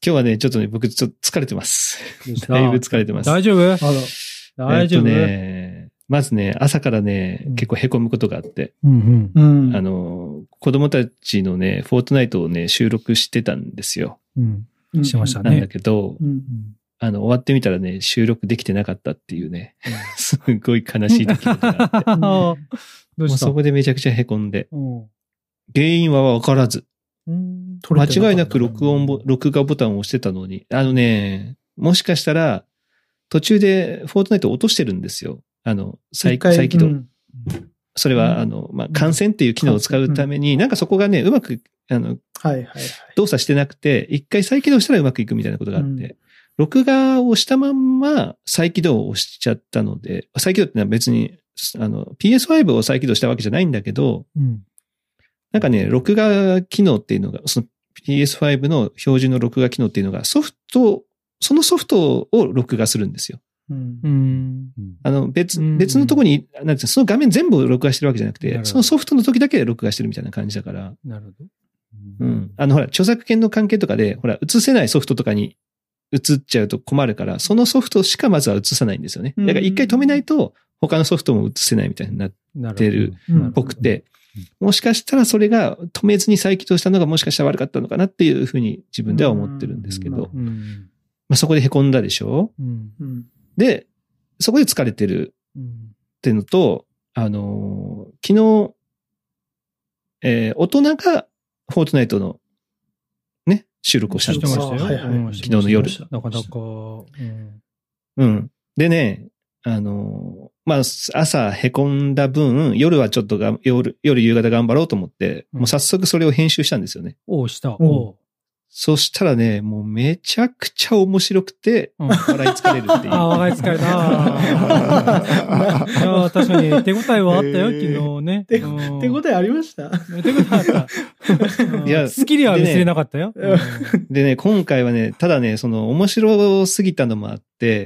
日はね、ちょっとね、僕ちょっと疲れてます。だいぶ疲れてます。 大丈夫？大丈夫？ まずね、朝からね、結構凹むことがあって、 うんうん、 子供たちのね、フォートナイトをね、収録してたんですよ。 うん。しましたね。 なんだけど、終わってみたらね、収録できてなかったっていうね、すごい悲しい出来事があって。どうした？もうそこでめちゃくちゃ凹んで、原因はわからず、間違いなく録画ボタンを押してたのに、もしかしたら、途中でフォートナイトを落としてるんですよ。再起動。それは、感染っていう機能を使うために、なんかそこがね、うまく、動作してなくて、一回再起動したらうまくいくみたいなことがあって、録画をしたまんま再起動を押しちゃったので、再起動ってのは別に、PS5 を再起動したわけじゃないんだけど、なんかね、録画機能っていうのが、その PS5 の標準の録画機能っていうのがそのソフトを録画するんですよ。別のとこに、なんていうの、その画面全部録画してるわけじゃなくて、そのソフトの時だけ録画してるみたいな感じだから。 なるほど。ほら、著作権の関係とかで、ほら、映せないソフトとかに映っちゃうと困るから、そのソフトしかまずは映さないんですよね。だから一回止めないと、他のソフトも映せないみたいになってるっぽくて、もしかしたらそれが止めずに再起動したのがもしかしたら悪かったのかなっていうふうに自分では思ってるんですけど、そこで凹んだでしょ？で、そこで疲れてるっていうのと、昨日、大人がフォートナイトのね、収録をしたんですよ。昨日の夜。 なかなか。 でね、朝凹んだ分、夜はちょっと夜夕方頑張ろうと思って、もう早速それを編集したんですよね。 した。 そしたらね、もうめちゃくちゃ面白くて、笑い疲れるっていう。 笑い疲れた。確かに手応えはあったよ、昨日ね。 手応えありました？ 手応えあった。いや、スッキリは見せれなかったよ。 でね、今回はね、ただね、その面白すぎたのもあって、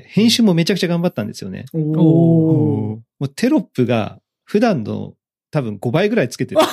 編集もめちゃくちゃ頑張ったんですよね。もうテロップが普段の多分5倍ぐらいつけてる。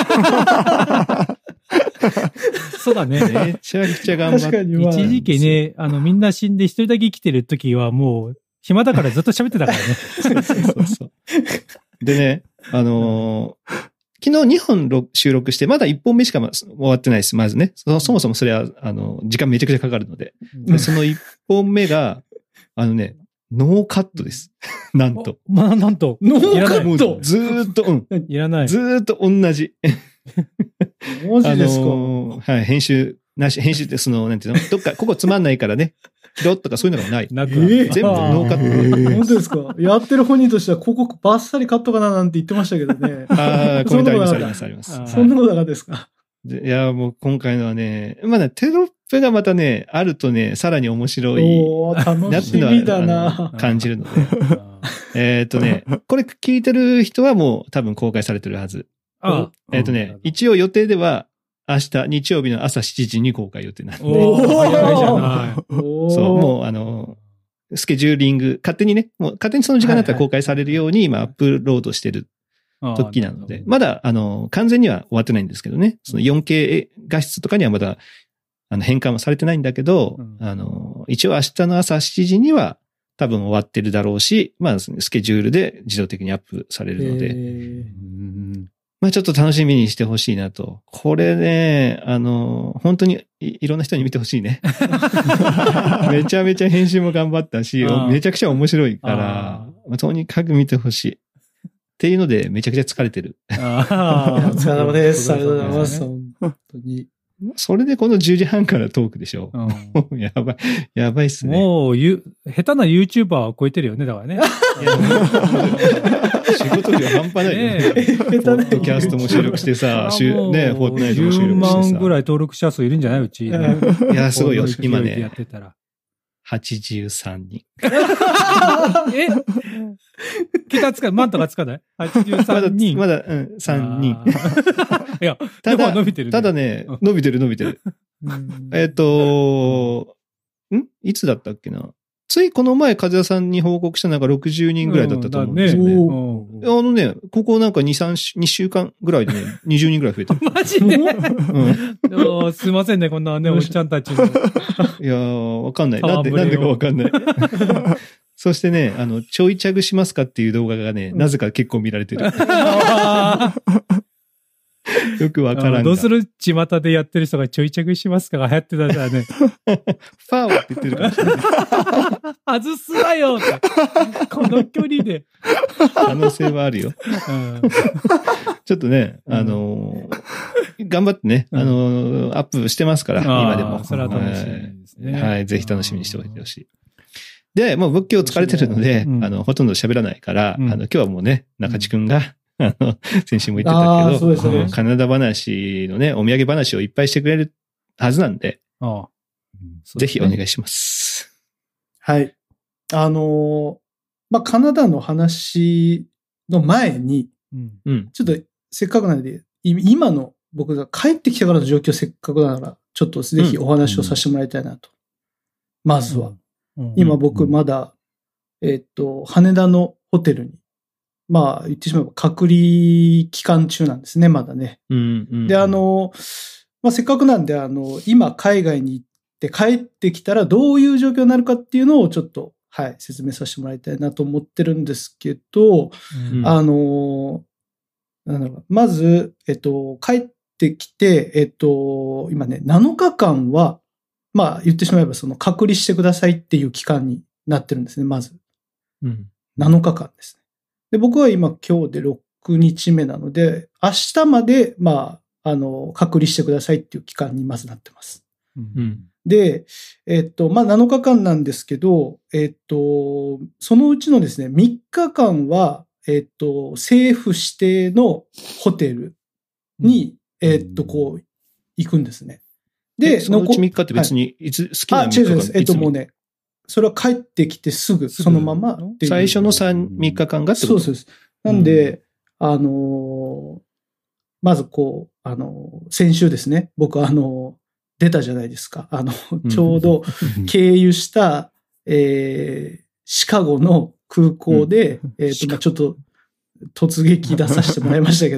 そうだね。 めちゃくちゃ頑張って。 一時期ね、みんな死んで一人だけ生きてる時はもう、暇だからずっと喋ってたからね。 そう。でね、昨日2本収録して、まだ1本目しか終わってないです。まずね。そもそもそれは、時間めちゃくちゃかかるので。でその1本目が、ノーカットです。なんと。 なんと。 ノーカットずーっと、 いらない。 ずーっと同じ。 マジですか？ はい、編集ってなんていうのどっか、ここつまんないからね。切ろうとかそういうのがない。 全部ノーカット。 本当ですか？やってる本人としては、ここバッサリカットかななんて言ってましたけどね。 コメントあります。 そんなことなかったですか？ いや、もう今回のはね、まだテロップがまたね、あるとね、さらに面白い。 楽しみだな。 感じるので。これ聞いてる人はもう多分公開されてるはず。一応予定では、明日、日曜日の朝7時に公開予定なんで。 早いじゃない。 そう、もうスケジューリング、勝手にその時間になったら公開されるように今アップロードしてる時なので、まだ、完全には終わってないんですけどね、その 4K 画質とかにはまだ、変換はされてないんだけど、一応明日の朝7時には多分終わってるだろうし、スケジュールで自動的にアップされるので、ちょっと楽しみにしてほしいなと。これね、本当にいろんな人に見てほしいね。めちゃめちゃ編集も頑張ったし、めちゃくちゃ面白いから、とにかく見てほしい。っていうので、めちゃくちゃ疲れてる。 お疲れ様です。ありがとうございます。本当に。 それでこの10時半からトークでしょ。やばいっすね。 もう、下手な YouTuber を超えてるよね、だからね。 仕事量半端ないよね。ポッドキャストも収録してさ、フォートナイトも収録してさ。 10万ぐらい登録者数いるんじゃないうち。いや、すごいよ。今ね。 やってたら。 83人。 桁つか、万とかつかない ?83 人。 まだ、3人。 いや、ただ伸びてる。 ただね、伸びてる。いつだったっけな。 ついこの前、和也さんに報告したのが60人ぐらいだったと思うんですよね。ここなんか2週間ぐらいでね、20人ぐらい増えてる。 マジですいませんね、こんなね、おっちゃんたちの。 いやー、わかんない。なんでかわかんない。そしてね、ちょいチャグしますかっていう動画がね、なぜか結構見られてる。よくわからん。 どうする巷でやってる人がちょいチャグしますかが流行ってたからね。 ファーって言ってるかもしれない。 外すなよって。この距離で。 可能性はあるよ。ちょっとね、頑張ってね、アップしてますから、今でも。 それは楽しみですね。 はい、ぜひ楽しみにしておいてほしい。で、もう仏教疲れてるので、ほとんど喋らないから、今日はもうね、中地くんが、先週も言ってたけど、カナダ話のね、お土産話をいっぱいしてくれるはずなんで、ぜひお願いします。 はい。カナダの話の前に、ちょっとせっかくなので、今の僕が帰ってきてからの状況せっかくなら、ちょっとぜひお話をさせてもらいたいなと。まずは。今僕まだ、羽田のホテルに、まあ言ってしまえば隔離期間中なんですね、まだね。で、せっかくなんで、今海外に行って帰ってきたらどういう状況になるかっていうのをちょっと、はい、説明させてもらいたいなと思ってるんですけど、まず、帰ってきて、今ね、7日間は、まあ言ってしまえばその隔離してくださいっていう期間になってるんですね、まず。7日間ですね。で、僕は今日で6日目なので、明日まで、まあ、隔離してくださいっていう期間にまずなってます。で、まあ7日間なんですけど、そのうちのですね、3日間は、政府指定のホテルに、こう、行くんですね。 で、そのうち3日って別に、いつ、好きな3日間。 違うです。もうね、それは帰ってきてすぐ、そのまま。 最初の3日間がってこと？そうです。なんで、まずこう、先週ですね、僕出たじゃないですか。ちょうど経由した、シカゴの空港で、まあちょっと突撃出させてもらいましたけ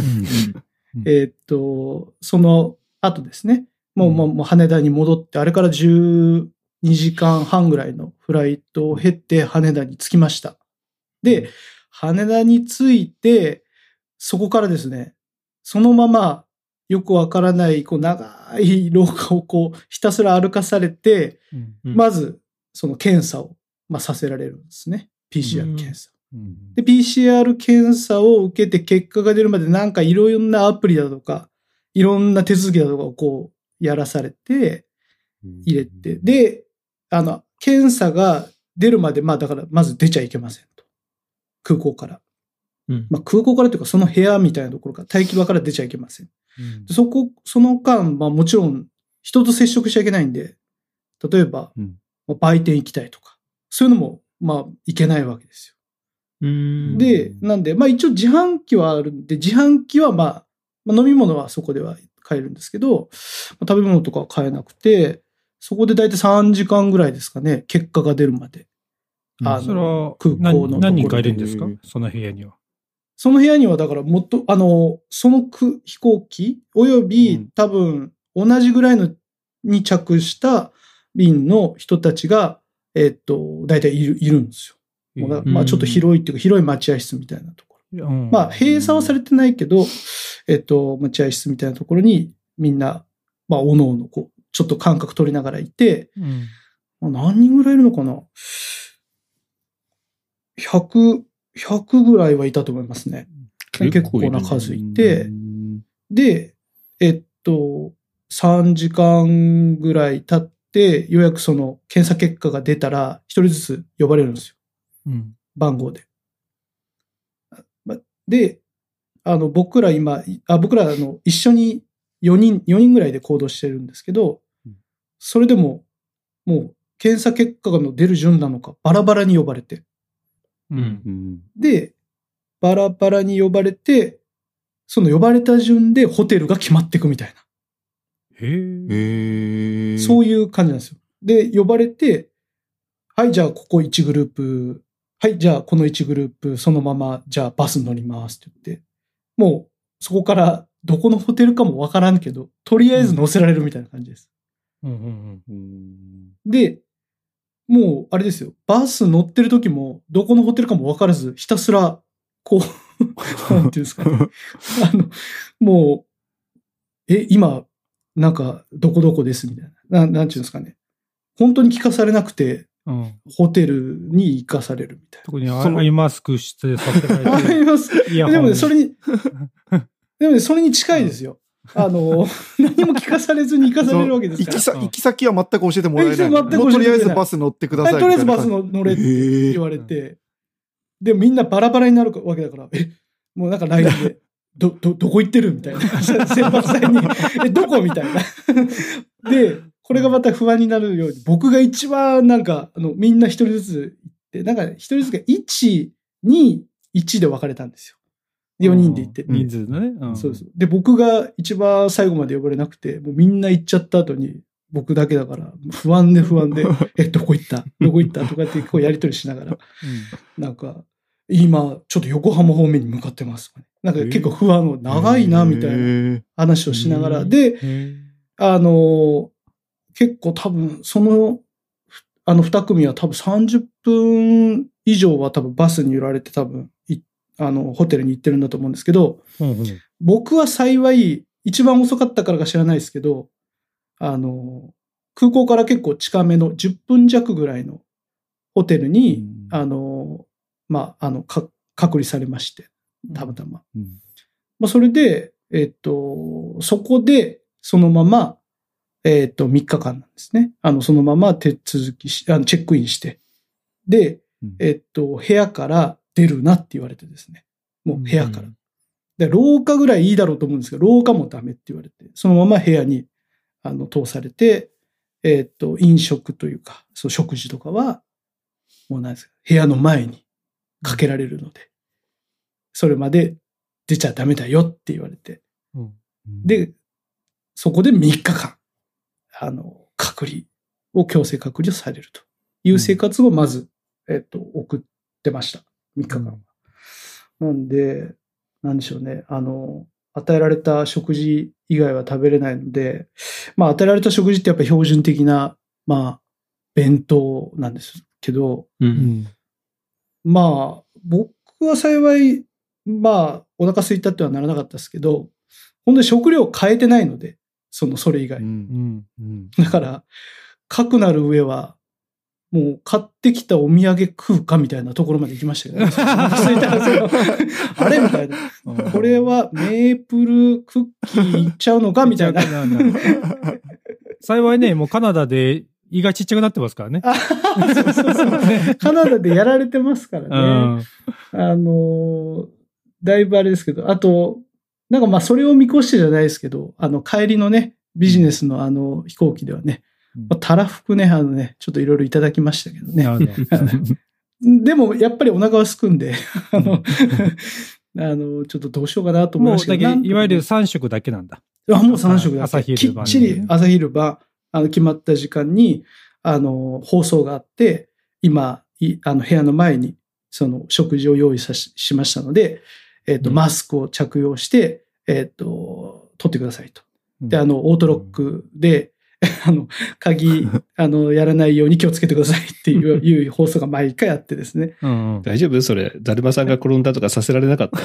ど、その後ですね、もう羽田に戻って、あれから12時間半ぐらいのフライトを経て羽田に着きました。で、羽田に着いて、そこからですね、そのままよくわからない、こう長い廊下をこうひたすら歩かされて、まずその検査を、まあ、させられるんですね。PCR 検査。で、PCR 検査を受けて結果が出るまでなんかいろんなアプリだとか、いろんな手続きだとかをこうやらされて、入れて、で、検査が出るまで、まあだからまず出ちゃいけませんと。空港から。まあ空港からというかその部屋みたいなところから待機場から出ちゃいけません。その間、まあもちろん人と接触しちゃいけないんで、例えば、売店行きたいとか、そういうのも、まあ行けないわけですよ。で、なんで、まあ一応自販機はあるんで、自販機はまあ飲み物はそこでは買えるんですけど、食べ物とかは買えなくて、そこでだいたい3時間ぐらいですかね、結果が出るまで。 それは空港の何人かいるんですか？その部屋には。 その部屋にはだからもっと、その飛行機および多分同じぐらいのに着した便の人たちが、だいたいいるんですよ。まあちょっと広いっていうか広い待合室みたいなところ。まあ閉鎖はされてないけど、待合室みたいなところにみんな、まあおのおのこう、ちょっと間隔取りながらいて、まあ、何人ぐらいいるのかな 100ぐらいはいたと思いますね。結構な数いて、で、3時間ぐらい経って、ようやくその検査結果が出たら、一人ずつ呼ばれるんですよ。番号で。で、僕ら一緒に4人ぐらいで行動してるんですけど、それでも、もう検査結果が出る順なのか、バラバラに呼ばれて。で、バラバラに呼ばれて、その呼ばれた順でホテルが決まっていくみたいな。そういう感じなんですよ。で、呼ばれて、 はい、じゃあここ1グループ、はい、じゃあこの1グループ、そのまま、じゃあバス乗りますって言って、もうそこからどこのホテルかもわからんけど、とりあえず乗せられるみたいな感じです。で、もうあれですよ、バス乗ってる時もどこのホテルかもわからず、ひたすら、こう、なんていうんですかね。もう、今、なんか、どこどこですみたいな。なんていうんですかね。本当に聞かされなくて、ホテルに行かされるみたいな。 特にアイマスクしてさせられて。 アイマスク。でもね、それに近いですよ。何も聞かされずに行かされるわけですから。 行き先は全く教えてもらえない。もうとりあえずバス乗ってください。 とりあえずバス乗れって言われて。で、みんなバラバラになるわけだから、もうなんか LINE で、どこ行ってるみたいな。先輩さんに、どこみたいな。で、これがまた不安になるように、僕が一番なんか、みんな一人ずつ行って、なんか一人ずつが1、2、1で分かれたんですよ。4人で行ってて。 人数ね。 そうです。で、僕が一番最後まで呼ばれなくて、もうみんな行っちゃった後に、僕だけだから、不安で、どこ行ったとかってこうやりとりしながら、なんか、今、ちょっと横浜方面に向かってます。なんか結構不安の長いな、みたいな話をしながら、で、結構多分、二組は多分30分以上は多分バスに揺られて多分、ホテルに行ってるんだと思うんですけど、僕は幸い、一番遅かったからか知らないですけど、空港から結構近めの10分弱ぐらいのホテルに、隔離されまして、たまたま。それで、そこで、そのまま、3日間なんですね。そのまま手続きチェックインして、で、部屋から出るなって言われてですね。もう部屋から。で、廊下ぐらいいいだろうと思うんですけど、廊下もダメって言われて、そのまま部屋に、通されて、飲食というか、そう、食事とかは、もう何ですか、部屋の前にかけられるので、それまで出ちゃダメだよって言われて、で、そこで3日間、強制隔離をされるという生活をまず、送ってました。3日間。なんで、なんでしょうね。与えられた食事以外は食べれないので、与えられた食事ってやっぱり標準的な、弁当なんですけど、僕は幸い、お腹空いたってはならなかったですけど、本当に食料を変えてないので、それ以外。だから、かくなる上は、もう買ってきたお土産食うかみたいなところまで行きましたけどね。あれみたいな。これはメープルクッキーいっちゃうのかみたいな。 幸いね、もうカナダで胃がちっちゃくなってますからね。 カナダでやられてますからね。だいぶあれですけど、あと、なんかそれを見越してじゃないですけど、帰りのね、ビジネスの飛行機ではね、たらふくね、ちょっといろいろいただきましたけどね。でも、やっぱりお腹はすくんで、ちょっとどうしようかなと思いましたけど。 いわゆる3食だけなんだ。 もう3食だけ。きっちり朝昼晩、決まった時間に、放送があって、今、部屋の前に、食事を用意しましたので、マスクを着用して、取ってくださいと。で、オートロックで、鍵、やらないように気をつけてくださいっていう放送が毎回あってですね。 大丈夫それ。だるまさんが転んだとかさせられなかった。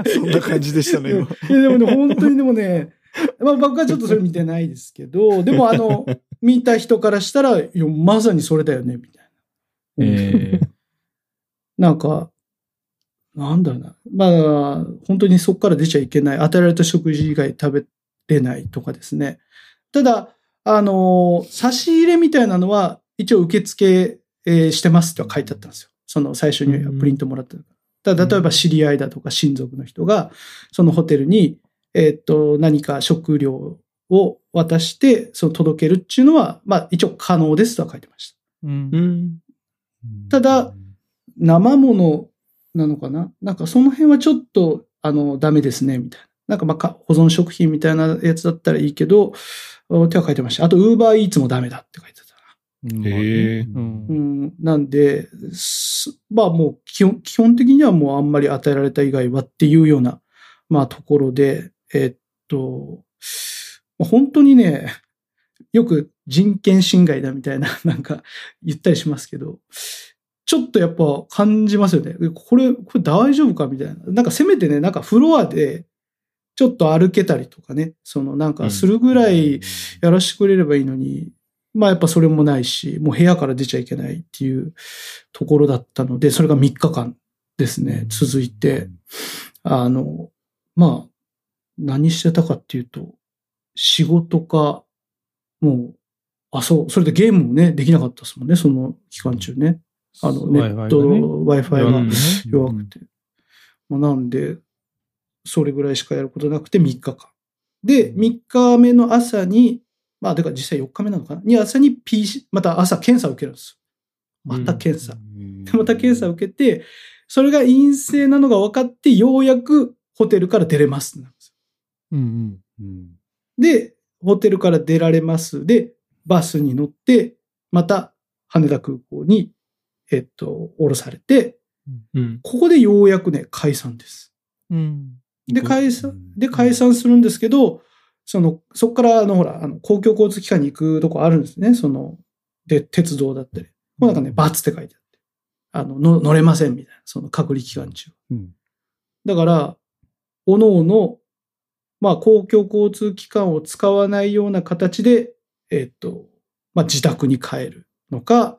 そんな感じでしたね。 でもね、本当にでもね、僕はちょっとそれ見てないですけど、でも見た人からしたら、まさにそれだよね、みたいな。なんか、なんだろうな。本当にそこから出ちゃいけない。与えられた食事以外食べれないとかですね。ただ、差し入れみたいなのは、一応受付、してますとは書いてあったんですよ。最初にプリントもらった。ただ、例えば知り合いだとか親族の人が、そのホテルに、何か食料を渡して、届けるっていうのは、一応可能ですとは書いてました。ただ、生物なのかな？なんかその辺はちょっと、ダメですね、みたいな。なんか保存食品みたいなやつだったらいいけど、手は書いてました。あと、ウーバーイーツもダメだって書いてたなんで、まあもう基本的にはもうあんまり与えられた以外はっていうような、まあところで、本当にね、よく人権侵害だみたいななんか言ったりしますけど、ちょっとやっぱ感じますよね。これ大丈夫かみたいな。なんかせめてね、なんかフロアでちょっと歩けたりとかね、なんかするぐらいやらしてくれればいいのに、まあやっぱそれもないし、もう部屋から出ちゃいけないっていうところだったので、それが3日間ですね、続いて、まあ、何してたかっていうと、仕事か、もう、それでゲームもね、できなかったですもんね、その期間中ね。ネット、Wi-Fi が弱くて。なんで、それぐらいしかやることなくて3日間。で、3日目の朝に、まあ、だから実際4日目なのかなに朝にまた朝検査を受けるんですよ。また検査。また検査を受けて、それが陰性なのが分かって、ようやくホテルから出れますなんですよ。で、ホテルから出られます。で、バスに乗って、また羽田空港に、降ろされて、ここでようやくね、解散です。で、解散するんですけど、そこからほら、公共交通機関に行くとこあるんですね。で、鉄道だったり。なんかね、バツって書いてあって、乗れませんみたいな、その隔離期間中。だから、おのおの、まあ、公共交通機関を使わないような形で、まあ、自宅に帰るのか、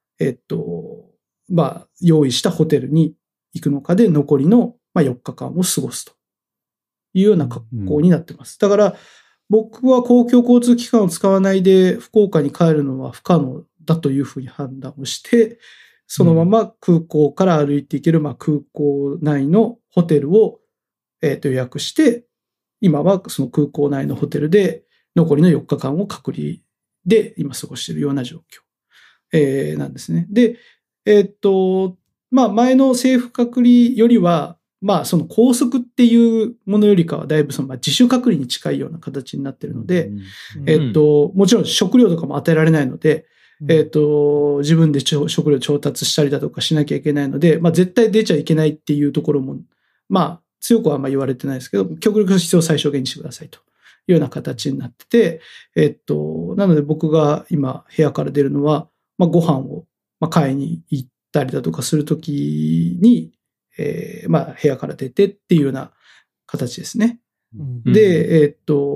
まあ、用意したホテルに行くのかで、残りの、まあ、4日間を過ごすというような格好になってます。だから、僕は公共交通機関を使わないで福岡に帰るのは不可能だというふうに判断をして、そのまま空港から歩いて行ける、まあ、空港内のホテルを、予約して、今はその空港内のホテルで残りの4日間を隔離で今過ごしているような状況、なんですね。で、まあ前の政府隔離よりは、まあその拘束っていうものよりかはだいぶまあ自主隔離に近いような形になっているので、もちろん食料とかも与えられないので、自分で食料調達したりだとかしなきゃいけないので、まあ絶対出ちゃいけないっていうところも、まあ強くはあんま言われてないですけど、極力必要最小限にしてくださいというような形になってて、なので僕が今部屋から出るのは、まあご飯を買いに行ったりだとかするときに、まあ部屋から出てっていうような形ですね。で、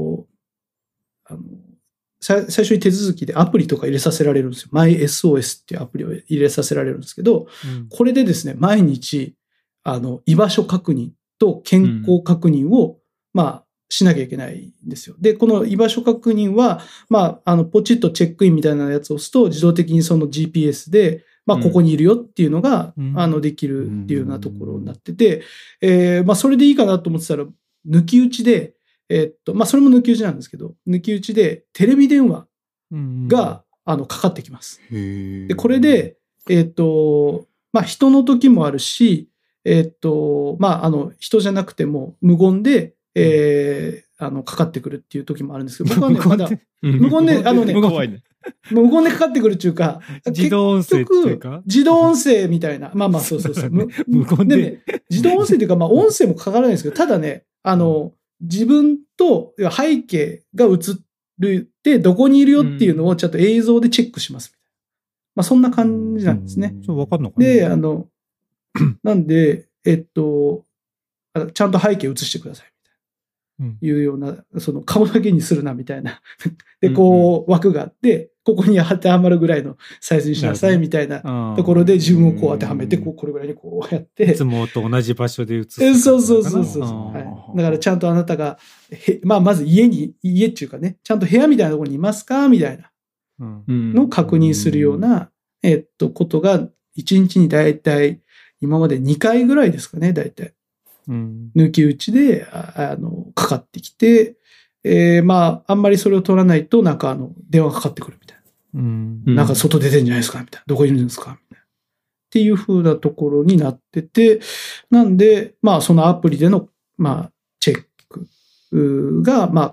最初に手続きでアプリとか入れさせられるんですよ。MySOS っていうアプリを入れさせられるんですけど、これでですね、毎日、居場所確認と健康確認を、まあ、しなきゃいけないんですよ。で、この居場所確認は、まあ、ポチッとチェックインみたいなやつを押すと、自動的にその GPS で、まあ、ここにいるよっていうのが、できるっていうようなところになってて、まあ、それでいいかなと思ってたら、抜き打ちで、まあ、それも抜き打ちなんですけど、抜き打ちでテレビ電話が、かかってきます。で、これで、まあ、人の時もあるし、まあ、人じゃなくても無言で、かかってくるっていう時もあるんですけど、僕はね、まだ、無言で、無言でかかってくるっていうか、 自動音声っていうか自動音声みたいな。まあまあ、そうそうそう。無言で。ね、自動音声っていうか、まあ、音声もかからないんですけど、ただね、自分と背景が映るってどこにいるよっていうのをちょっと映像でチェックします。まあそんな感じなんですね。 そう、わかんのかな。 で、なんで、ちゃんと背景映してください。いうような、その顔だけにするなみたいな。で、こう枠があって、ここに当てはまるぐらいのサイズにしなさいみたいなところで自分をこう当てはめて、これぐらいにこうやって。 いつもと同じ場所で映す。 そうそうそうそう。はい。だからちゃんとあなたが、まあまず家っていうかね、ちゃんと部屋みたいなところにいますかみたいなのを確認するような、ことが1日にだいたい今まで2回ぐらいですかね、だいたい。抜き打ちで、かかってきて、まあ、あんまりそれを取らないと、なんか電話かかってくるみたいな。なんか外出てんじゃないですかみたいな。どこにいるんですかみたいな。っていう風なところになってて、なんで、まあ、そのアプリでの、まあ、チェックが、ま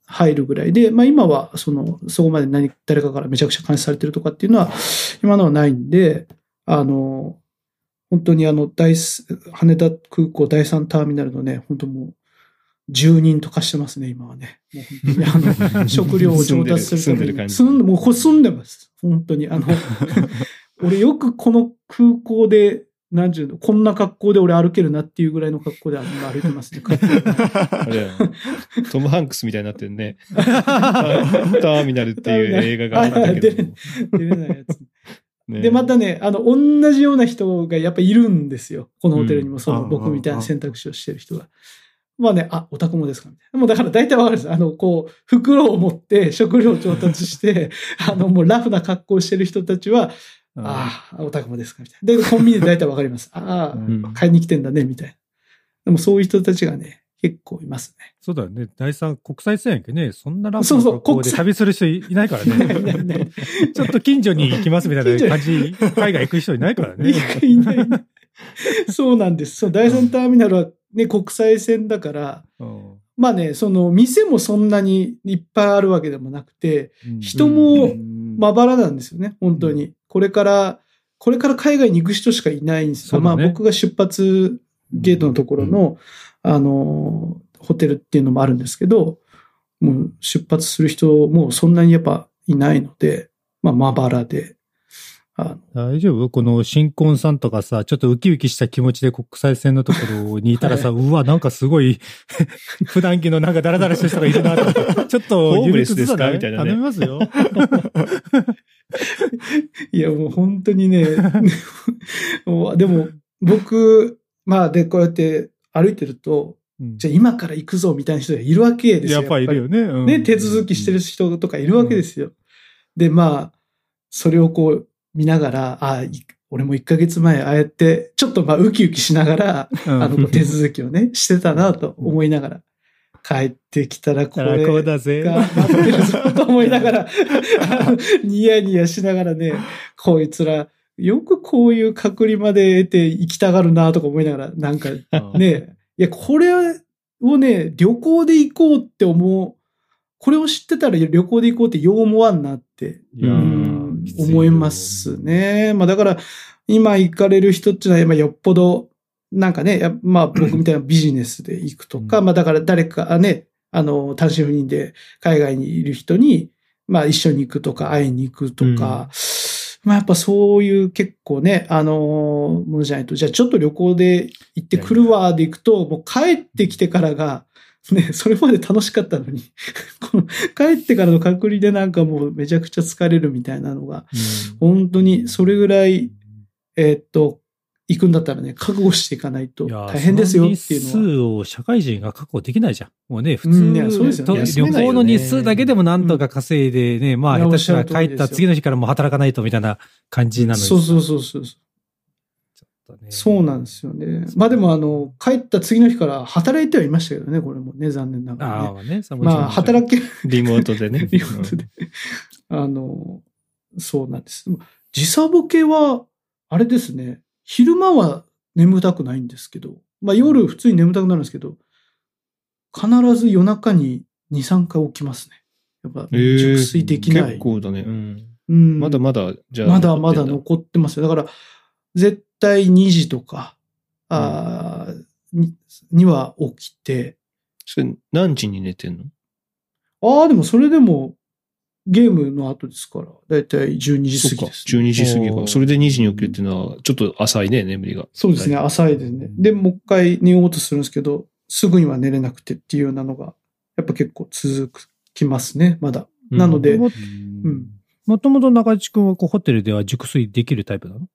入るぐらいで、まあ今はそこまで誰かからめちゃくちゃ監視されてるとかっていうのは、今のはないんで、本当に羽田空港第3ターミナルのね、本当もう、住人と化してますね、今はね。もう本当に食料を調達するために。もうこれ住んでます。本当に。俺よくこの空港で、なんていうの、こんな格好で俺歩けるなっていうぐらいの格好で歩いてますね。 あれトム・ハンクスみたいになってるね。ターミナルっていう映画があったけど。 出れないやつ。ね、で、またね、同じような人がやっぱいるんですよ。このホテルにも僕みたいな選択肢をしてる人が。まあね、オタクもですかみたいな。もうだから大体わかるんです。袋を持って食料を調達して、もうラフな格好をしてる人たちは、オタクもですかみたいな。で、コンビニで大体わかります。買いに来てんだね、みたいな。でもそういう人たちがね、結構いますね。 そうだよね。第3国際線やんけね。そんなラフな格好で旅する人いないからね。ちょっと近所に行きますみたいな感じ、海外行く人いないからね。 いない。そうなんです。そう、第3ターミナルはね、国際線だから、まあね、店もそんなにいっぱいあるわけでもなくて、人もまばらなんですよね、本当に。これから海外に行く人しかいないんですよ。まあ僕が出発ゲートのところの、ホテルっていうのもあるんですけど、もう出発する人もそんなにやっぱいないので、まあまばらで。 大丈夫？この新婚さんとかさ、ちょっとウキウキした気持ちで国際線のところにいたらさ、うわ、なんかすごい、普段着のなんかダラダラした人がいるなと。ちょっと、 ホームレスですかみたいなね。 頼みますよ。 いや、もう本当にね、でも僕、まあで、こうやって歩いてると、じゃあ今から行くぞみたいな人がいるわけですよ。 やっぱりいるよね。 ね、手続きしてる人とかいるわけですよ。で、まあ、それをこう見ながら、俺も1ヶ月前ああやって、ちょっとまあウキウキしながら、手続きをね、してたなと思いながら、帰ってきたらこれこうだぜが待ってるぞと思いながら、ニヤニヤしながらね、こいつら、よくこういう隔離まで得て行きたがるなとか思いながら、なんかね、いや、これをね、旅行で行こうってこれを知ってたら旅行で行こうってよう思わんなって、思いますね。まあだから、今行かれる人っていうのは、よっぽど、なんかね、まあ僕みたいなビジネスで行くとか、まあだから誰かね、単身赴任で海外にいる人に、まあ一緒に行くとか会いに行くとか、まあやっぱそういう結構ね、ものじゃないと、じゃあちょっと旅行で行ってくるわで行くと、もう帰ってきてからが、ね、それまで楽しかったのに帰ってからの隔離でなんかもうめちゃくちゃ疲れるみたいなのが、本当にそれぐらい、行くんだったらね、覚悟していかないと大変ですよっていうのは。 日数を社会人が確保できないじゃん。もうね、普通、 そうですよね、 旅行の日数だけでもなんとか稼いでね、まあ下手したら帰った次の日からもう働かないとみたいな感じなのに。 そう。そうなんですよね。まあでも帰った次の日から働いてはいましたけどね、これもね、残念ながらね。まあ働けリモートでね。 リモートで。そうなんです。時差ボケは、あれですね、昼間は眠たくないんですけど、まあ夜普通に眠たくなるんですけど、必ず夜中に2、3回起きますね。やっぱ熟睡できない。 結構だね。まだまだ、じゃあ。 まだまだ残ってますよ。だから、絶対2時とか、には起きて。 それ何時に寝てんの？ でもそれでも、ゲームの後ですから、だいたい12時過ぎです、 ね。12時過ぎか。それで2時に起きるっていうのは、ちょっと浅いね、眠りが。 そうですね、浅いですね。で、もう一回寝ようとするんですけど、すぐには寝れなくてっていうようなのが、やっぱ結構続きますね、まだ。なので、 もともと中地君はホテルでは熟睡できるタイプなの？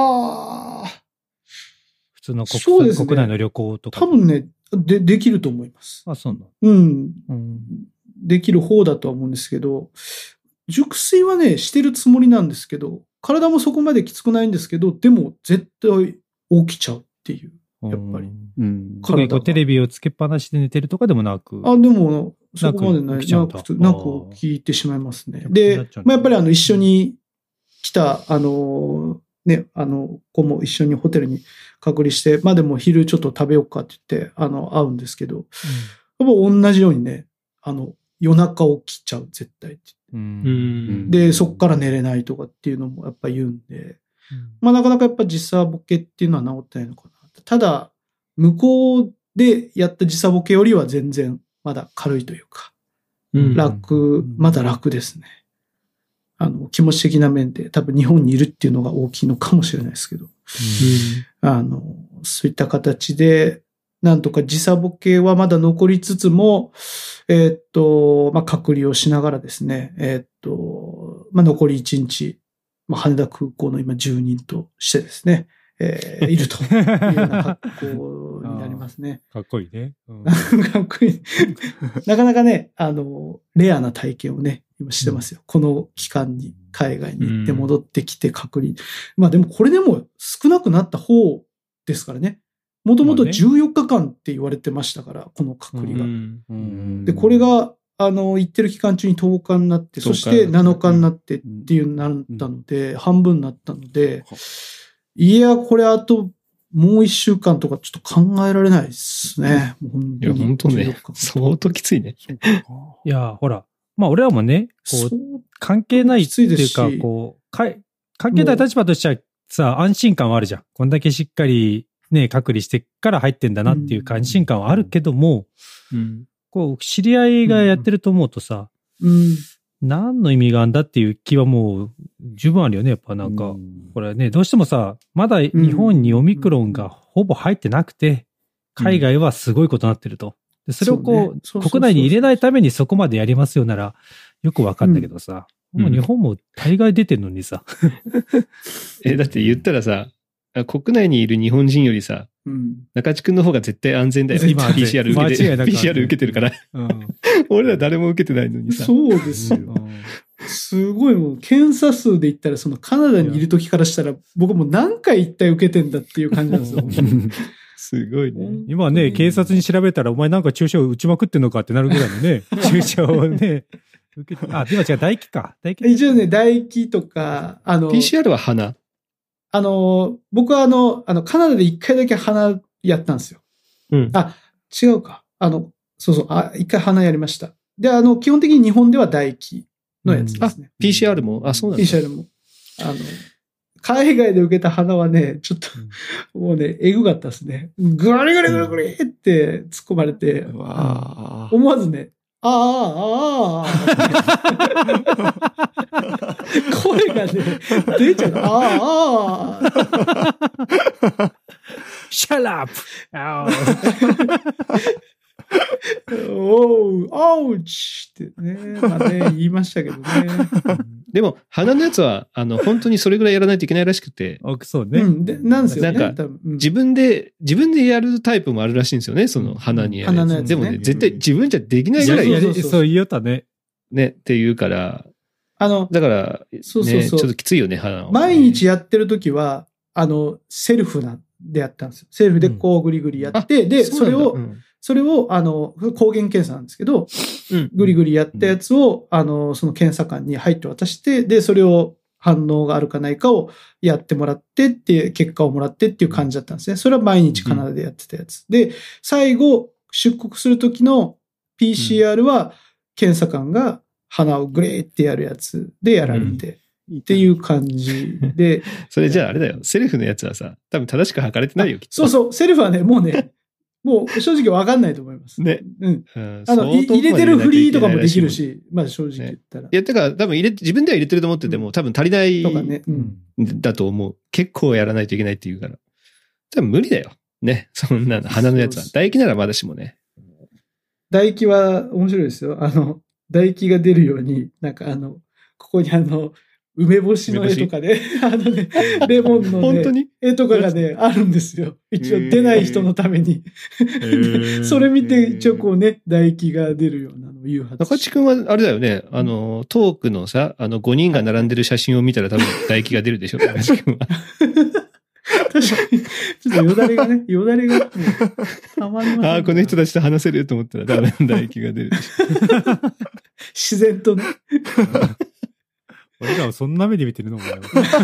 普通の国内の旅行とか。 多分ね、できると思います。 そうなの？できる方だとは思うんですけど、熟睡はね、してるつもりなんですけど、体もそこまできつくないんですけど、でも絶対起きちゃうっていう、やっぱり。 体がテレビをつけっぱなしで寝てるとかでもなく。 でも、そこまでなく聞いてしまいますね。で、やっぱり一緒に来た、子も一緒にホテルに隔離して、まあでも昼ちょっと食べようかって言って、会うんですけど、やっぱ同じようにね、 夜中起きちゃう、絶対って。で、そっから寝れないとかっていうのもやっぱ言うんで、まあなかなかやっぱ時差ボケっていうのは治ってないのかな。ただ、向こうでやった時差ボケよりは全然まだ軽いというか、まだ楽ですね。気持ち的な面で多分日本にいるっていうのが大きいのかもしれないですけど、そういった形で、なんとか時差ボケはまだ残りつつも、まあ、隔離をしながらですね、まあ、残り1日、まあ、羽田空港の今10人としてですね、いるというような格好になりますね。 かっこいいね。 かっこいい。なかなかね、レアな体験をね、今してますよ。この期間に海外に行って戻ってきて隔離。まあでもこれでも少なくなった方ですからね。もともと14日間って言われてましたから、この隔離が。で、これが、行ってる期間中に10日になって、そして7日になってっていうなったので、半分になったので、いや、これあともう1週間とかちょっと考えられないですね。 いや、本当ね。相当きついね。 いや、ほら。まあ、俺らもね、こう、関係ないっていうか、こう、関係ない立場としてはさ、安心感はあるじゃん。こんだけしっかりね、隔離してから入ってんだなっていう安心感はあるけども、こう、知り合いがやってると思うとさ、何の意味があんだっていう気はもう十分あるよね。やっぱなんか、これね、どうしてもさ、まだ日本にオミクロンがほぼ入ってなくて、海外はすごいことになってると。でそれをこう、国内に入れないためにそこまでやりますよなら、よくわかんだけどさ、もう日本も大概出てるのにさ。 だって言ったらさ、国内にいる日本人よりさ、中地君の方が絶対安全だよ。今 PCR 受けてるから。俺ら誰も受けてないのにさ。 そうですよ。すごいもう、検査数で言ったら、そのカナダにいる時からしたら、僕も何回一体受けてんだっていう感じなんですよ。 すごいね。 今ね、警察に調べたら、お前なんか注射打ちまくってんのかってなるぐらいのね、注射をね、受けて、今違う、唾液か。 一応ね、唾液とか、 PCR は鼻。 僕はカナダで一回だけ鼻やったんですよ。違うか。一回鼻やりました。で、基本的に日本では唾液のやつですね。 PCR もそうなんだ。 PCR も。海外で受けた鼻はね、ちょっと、もうね、えぐかったですね。ぐらりぐらりぐらりぐらりって突っ込まれて、思わずね、声がね、出ちゃう。 シャラップオーチってね、まあね、言いましたけどね。 でも、鼻のやつは、本当にそれぐらいやらないといけないらしくて。 そうね。 なんですよね。 なんか、自分でやるタイプもあるらしいんですよね、その鼻にやるやつ。 鼻のやつね。 でもね、絶対自分じゃできないぐらいそう言いよったね。 ね、っていうから、だから、ちょっときついよね、鼻を。 毎日やってるときは、セルフでやったんですよ。セルフでこうグリグリやって、で、それを、抗原検査なんですけど、グリグリやったやつを、その検査官に入って渡して、で、それを反応があるかないかをやってもらってっていう、結果をもらってっていう感じだったんですね。それは毎日カナダでやってたやつ。で、最後、出国するときの PCR は、検査官が鼻をグレーってやるやつでやられて、っていう感じで。 それじゃああれだよ。セルフのやつはさ、多分正しく測れてないよ、きっと。 そうそう。セルフはね、もう正直わかんないと思います。 ね。 入れてるフリーとかもできるし、まあ正直言ったら。 いや、てか多分自分では入れてると思ってても、多分足りないとかね、だと思う。結構やらないといけないっていうから。多分無理だよ。ね。そんなの、鼻のやつは。唾液ならまだしもね。 唾液は面白いですよ。唾液が出るように、なんかここに梅干しの絵とかね、レモンの、ね、 本当に絵とかがね、あるんですよ。一応出ない人のために。それ見て一応こうね、唾液が出るようなのを誘発。 中地君はあれだよね、トークのさ、5人が並んでる写真を見たら多分唾液が出るでしょ、中地君は。 確かに、ちょっとよだれが、たまりますね。 この人たちと話せると思ったら多分唾液が出るでしょ。 自然とね。 俺らはそんな目で見てるのお前は。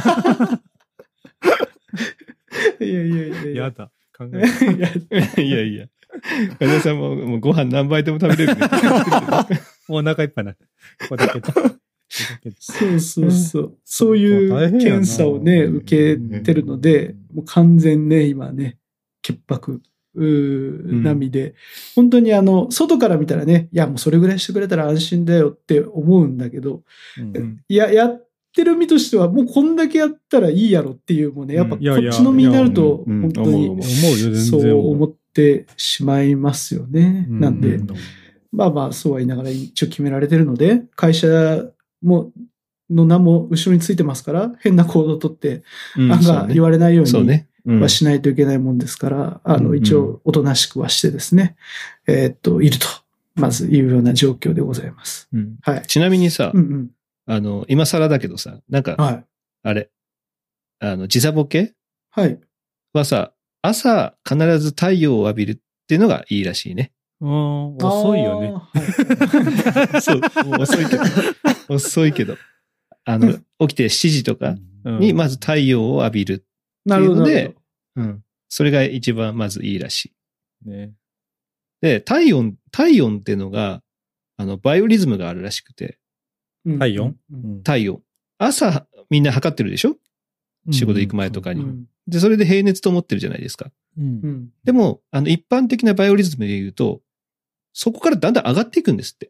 いや。 やだ。考えいや。金田さんもご飯何杯でも食べれるね。 もうお腹いっぱいな。ここだけで。 そうそうそう。そういう検査をね、受けてるので、もう完全ね、今ね、潔白並みで、本当に外から見たらね、いや、もうそれぐらいしてくれたら安心だよって思うんだけど、やってる身としては、もうこんだけやったらいいやろっていう、もうね、やっぱこっちの身になると、本当に、そう思ってしまいますよね。なんで、まあまあ、そうは言いながら一応決められてるので、会社の名も後ろについてますから、変な行動をとって、案が言われないようにはしないといけないもんですから、一応、おとなしくはしてですね、いると、まずいうような状況でございます。 はい。ちなみにさ、今更だけどさ、なんか、あれ、時差ボケはさ、朝必ず太陽を浴びるっていうのがいいらしいね。 遅いよね。 そう、遅いけど。起きて7時とかにまず太陽を浴びるっていうので、それが一番まずいいらしい。ね、で、体温っていうのが、バイオリズムがあるらしくて。 体温。 朝みんな測ってるでしょ？仕事行く前とかに。で、それで平熱と思ってるじゃないですか。でも、一般的なバイオリズムで言うと、そこからだんだん上がっていくんですって。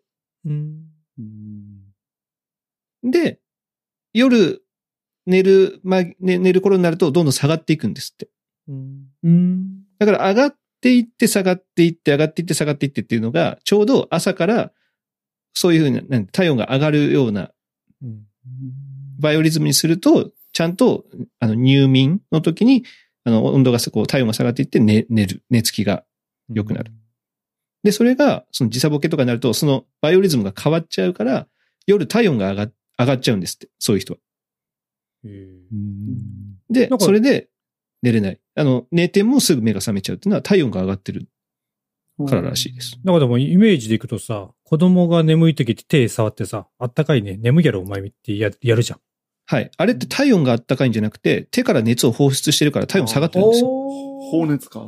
で、夜寝る頃になるとどんどん下がっていくんですって。だから上がっていって下がっていって上がっていって下がっていってっていうのがちょうど朝からそういうふうな体温が上がるようなバイオリズムにするとちゃんと入眠の時に温度が体温が下がっていって寝つきが良くなる。で、それがその時差ボケとかになるとそのバイオリズムが変わっちゃうから夜体温が上がっちゃうんですって。そういう人は。で、それで寝れない。寝てもすぐ目が覚めちゃうっていうのは体温が上がってるかららしいです。 なんかでもイメージでいくとさ、子供が眠い時って手触ってさ、あったかいね、眠いやろお前ってやるじゃん。 はい。あれって体温があったかいんじゃなくて、手から熱を放出してるから体温下がってるんですよ。 放熱か。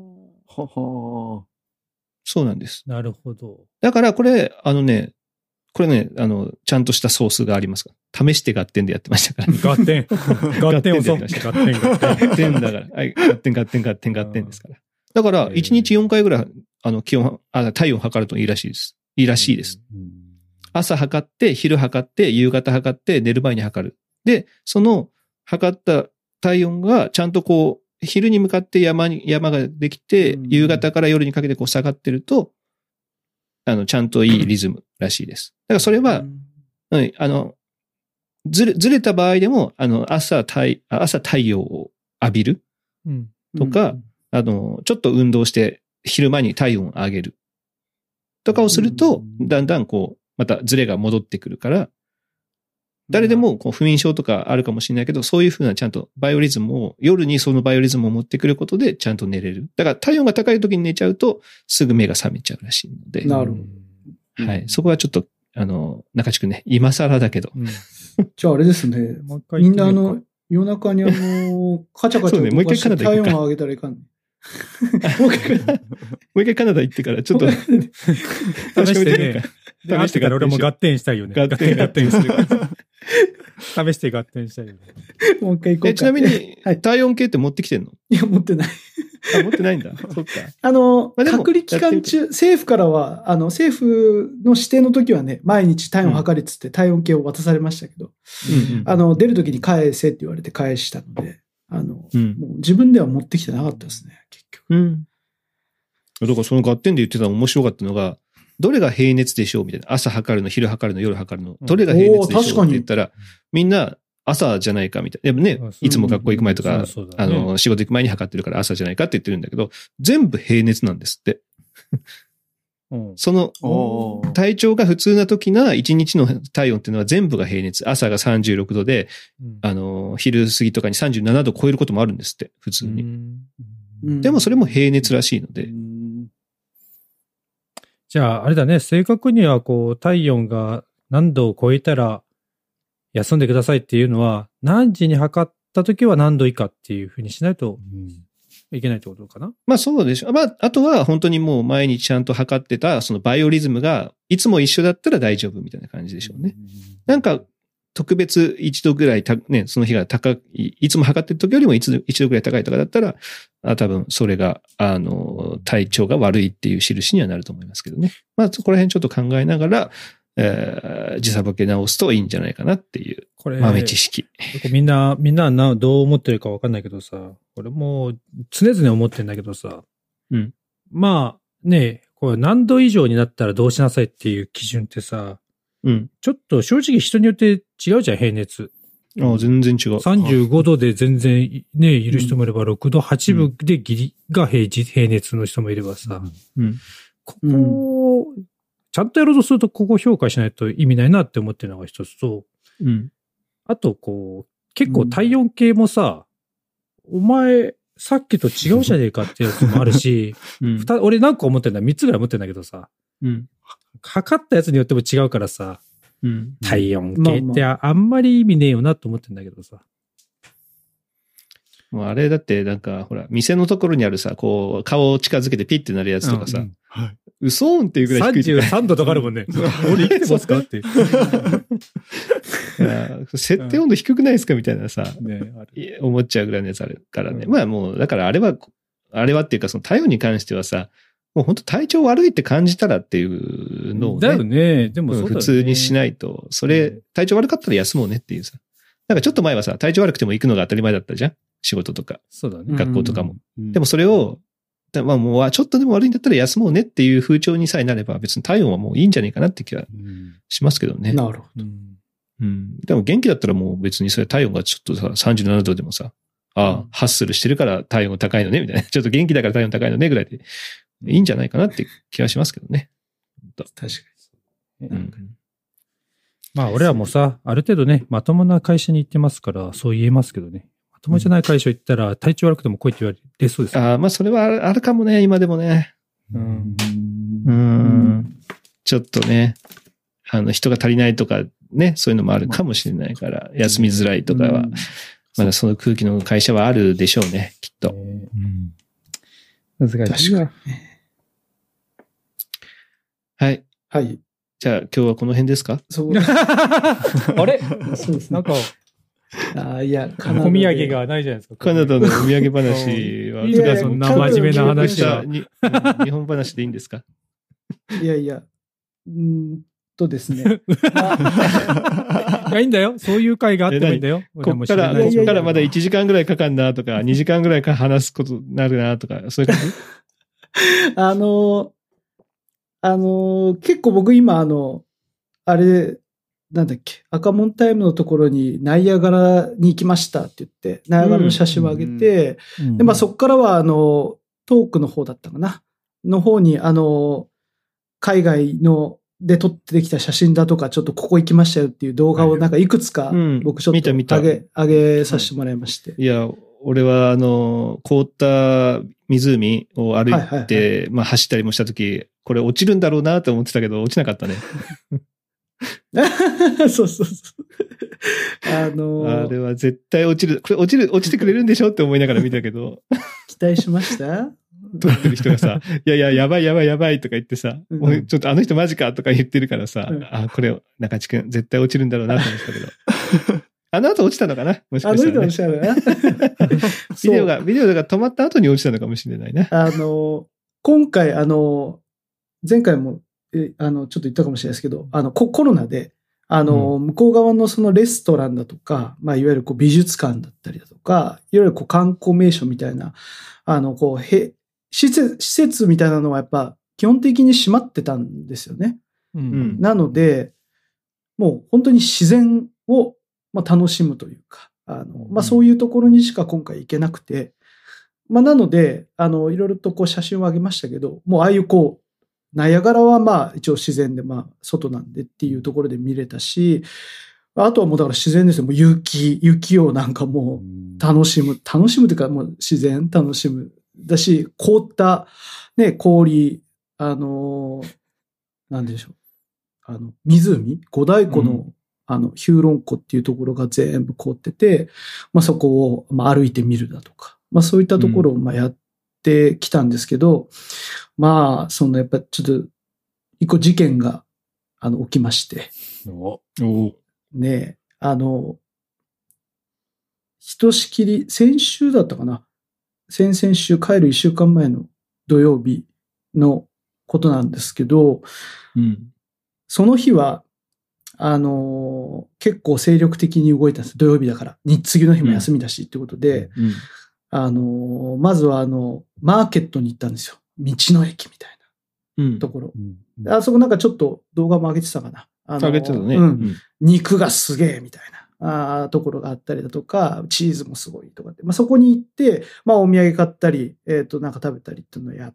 そうなんです。 なるほど。 だからこれ、これね、ちゃんとしたソースがありますから。試して合点でやってましたから。 合点をそう。合点だから。はい。合点ですから。だから、1日4回ぐらい、体温測るといいらしいです。いいらしいです。朝測って、昼測って、夕方測って、寝る前に測る。で、その、測った体温がちゃんとこう、昼に向かって山ができて、夕方から夜にかけてこう下がってると、ちゃんといいリズムらしいです。だからそれは、ずれた場合でも、朝太陽を浴びるとか、ちょっと運動して昼間に体温を上げるとかをすると、だんだんこう、またずれが戻ってくるから、誰でもこう不眠症とかあるかもしれないけど、そういうふうなちゃんとバイオリズムを、夜にそのバイオリズムを持ってくることでちゃんと寝れる。だから体温が高い時に寝ちゃうと、すぐ目が覚めちゃうらしいので。 なるほど。はい。そこはちょっと、中地くんね、今更だけど。 じゃああれですね。みんな夜中にカチャカチャ動かして体温を上げたらいかん。 もう一回カナダ行ってから、ちょっと、試してね。試してから俺も合点したいよね。 合点する。 試して合点したいよね。 もう一回行こうか。 ちなみに、体温計って持ってきてんの？ いや、持ってない。 持ってないんだ。そっか。 隔離期間中、政府からは、政府の指定の時はね、毎日体温測れっつって体温計を渡されましたけど、出る時に返せって言われて返したので、もう自分では持ってきてなかったですね、結局。 だからその合点で言ってたの面白かったのが、どれが平熱でしょうみたいな。朝測るの、昼測るの、夜測るの。どれが平熱でしょうって言ったら、みんな朝じゃないかみたいな。でもね、いつも学校行く前とか、仕事行く前に測ってるから朝じゃないかって言ってるんだけど、全部平熱なんですって。その、体調が普通な時な1日の体温っていうのは全部が平熱。朝が36度で、昼過ぎとかに37度超えることもあるんですって、普通に。でもそれも平熱らしいので。 じゃあ、あれだね、正確には体温が何度を超えたら休んでくださいっていうのは、何時に測った時は何度以下っていうふうにしないといけないってことかな。 まあそうでしょ。まあ、あとは本当にもう毎日ちゃんと測ってた、そのバイオリズムが、いつも一緒だったら大丈夫みたいな感じでしょうね。なんか、特別1度ぐらいね、その日が高い、いつも測ってる時よりも1度ぐらい高いとかだったら、多分それが、体調が悪いっていう印にはなると思いますけどね。まあそこら辺ちょっと考えながら、時差ボケ直すといいんじゃないかなっていう、豆知識。 みんなどう思ってるかわかんないけどさ、俺も常々思ってんだけどさ、 うん。 まあね、これ何度以上になったらどうしなさいっていう基準ってさ、 うん。 ちょっと正直人によって違うじゃん、平熱。 ああ、全然違う。 35度で全然ね、いる人もいれば、6度8分でギリが平熱の人もいればさ、 うん。 ここ、ちゃんとやろうとすると、ここ評価しないと意味ないなって思ってるのが一つと、 うん。 あと、結構体温計もさ、お前、さっきと違うじゃねえかってやつもあるし、俺何個思ってんだ ?3 つぐらい持ってんだけどさ、 うん。 測ったやつによっても違うからさ、 うん、 体温計ってあんまり意味ねえよなと思ってんだけどさ。 もうあれだってなんか、ほら、店のところにあるさ、こう、顔を近づけてピッてなるやつとかさ、はい、嘘んっていうぐらい低い。 33度とかあるもんね。俺生きてますかっていう。 設定温度低くないですかみたいなさ、思っちゃうぐらいのやつあるからね。まあもう、だからあれはっていうかその体温に関してはさ、もう本当体調悪いって感じたらっていうのをね。 だよね。でもそうだよね。 普通にしないと、体調悪かったら休もうねっていうさ。なんかちょっと前はさ、体調悪くても行くのが当たり前だったじゃん？仕事とか。 そうだね。 学校とかも。でもそれを、まあもうちょっとでも悪いんだったら休もうねっていう風潮にさえなれば別に体温はもういいんじゃないかなって気はしますけどね。 なるほど。 うん。でも元気だったらもう別にそれ体温がちょっとさ、37度でもさ、ハッスルしてるから体温高いのねみたいな。ちょっと元気だから体温高いのねぐらいで。いいんじゃないかなって気がしますけどね。 確かに。 まあ俺はもうさ、ある程度ね、まともな会社に行ってますから、そう言えますけどね。まともじゃない会社行ったら体調悪くても来いって言われそうです、ね。 まあそれはあるかもね、今でもね。ちょっとね、人が足りないとかね、そういうのもあるかもしれないから、休みづらいとかは、まだその空気の会社はあるでしょうね、きっと。 難しい。 確かに。 はい。 はい。 じゃあ今日はこの辺ですか？ そう。 あれそうですね。 なんか、 いや、 お土産がないじゃないですか。 カナダのお土産話は、 いや、そんな真面目な話は。 日本話でいいんですか？ いやいや、ですね。 いいんだよ。そういう会があってもいいんだよ。 こっからまだ1時間ぐらいかかんなとか、2時間ぐらいか話すことになるなとか、そういう感じ？ 結構僕今あれ、なんだっけ、赤門タイムのところにナイアガラに行きましたって言って、ナイアガラの写真を上げて、で、まあそこからはトークの方だったかな。の方に海外で撮ってきた写真だとか、ちょっとここ行きましたよっていう動画をなんかいくつか僕ちょっと上げさせてもらいまして。 いや、俺は凍った湖を歩いて、まあ走ったりもしたとき、これ落ちるんだろうなと思ってたけど、落ちなかったね。 そう。あれは絶対落ちる。これ落ちてくれるんでしょって思いながら見たけど。 期待しました？ 撮ってる人がさ、いや、やばいとか言ってさ、もうちょっとあの人マジかとか言ってるからさ、これ、中地くん絶対落ちるんだろうなと思ってたけど。あの後落ちたのかなもしかしたら、ね。 落ちたのかなビデオが止まった後に落ちたのかもしれないね。 今回、前回も、ちょっと言ったかもしれないですけど、コロナで、向こう側のそのレストランだとか、まあ、いわゆる美術館だったりだとか、いわゆる観光名所みたいな、施設みたいなのはやっぱ基本的に閉まってたんですよね。なので、もう本当に自然を楽しむというか、まあ、そういうところにしか今回行けなくて、まあ、なので、いろいろと写真を上げましたけど、もうああいうナイアガラはまあ一応自然で外なんでっていうところで見れたし、あとはもうだから自然ですよ。もう雪をなんかもう楽しむというかもう自然楽しむ。だし、凍ったね、氷、なんでしょう。湖、五大湖のヒューロン湖っていうところが全部凍ってて、まあそこを歩いてみるだとか、まあそういったところをやっってきたんですけど、まあ、やっぱちょっと、一個事件が、起きまして。ねひとしきり、先週だったかな。先々週、帰る1週間前の土曜日のことなんですけど、その日は、結構精力的に動いたんです。土曜日だから。次の日も休みだしってことで、まずはマーケットに行ったんですよ。道の駅みたいなところ。あそこなんかちょっと動画も上げてたかな。 上げてたね。 肉がすげえみたいなところがあったりだとか、チーズもすごいとかって。まあ、そこに行って、まあお土産買ったり、なんか食べたりっていうのをやって、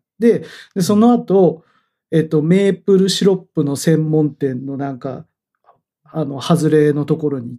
で、その後、メープルシロップの専門店のなんか、外れのところに行って、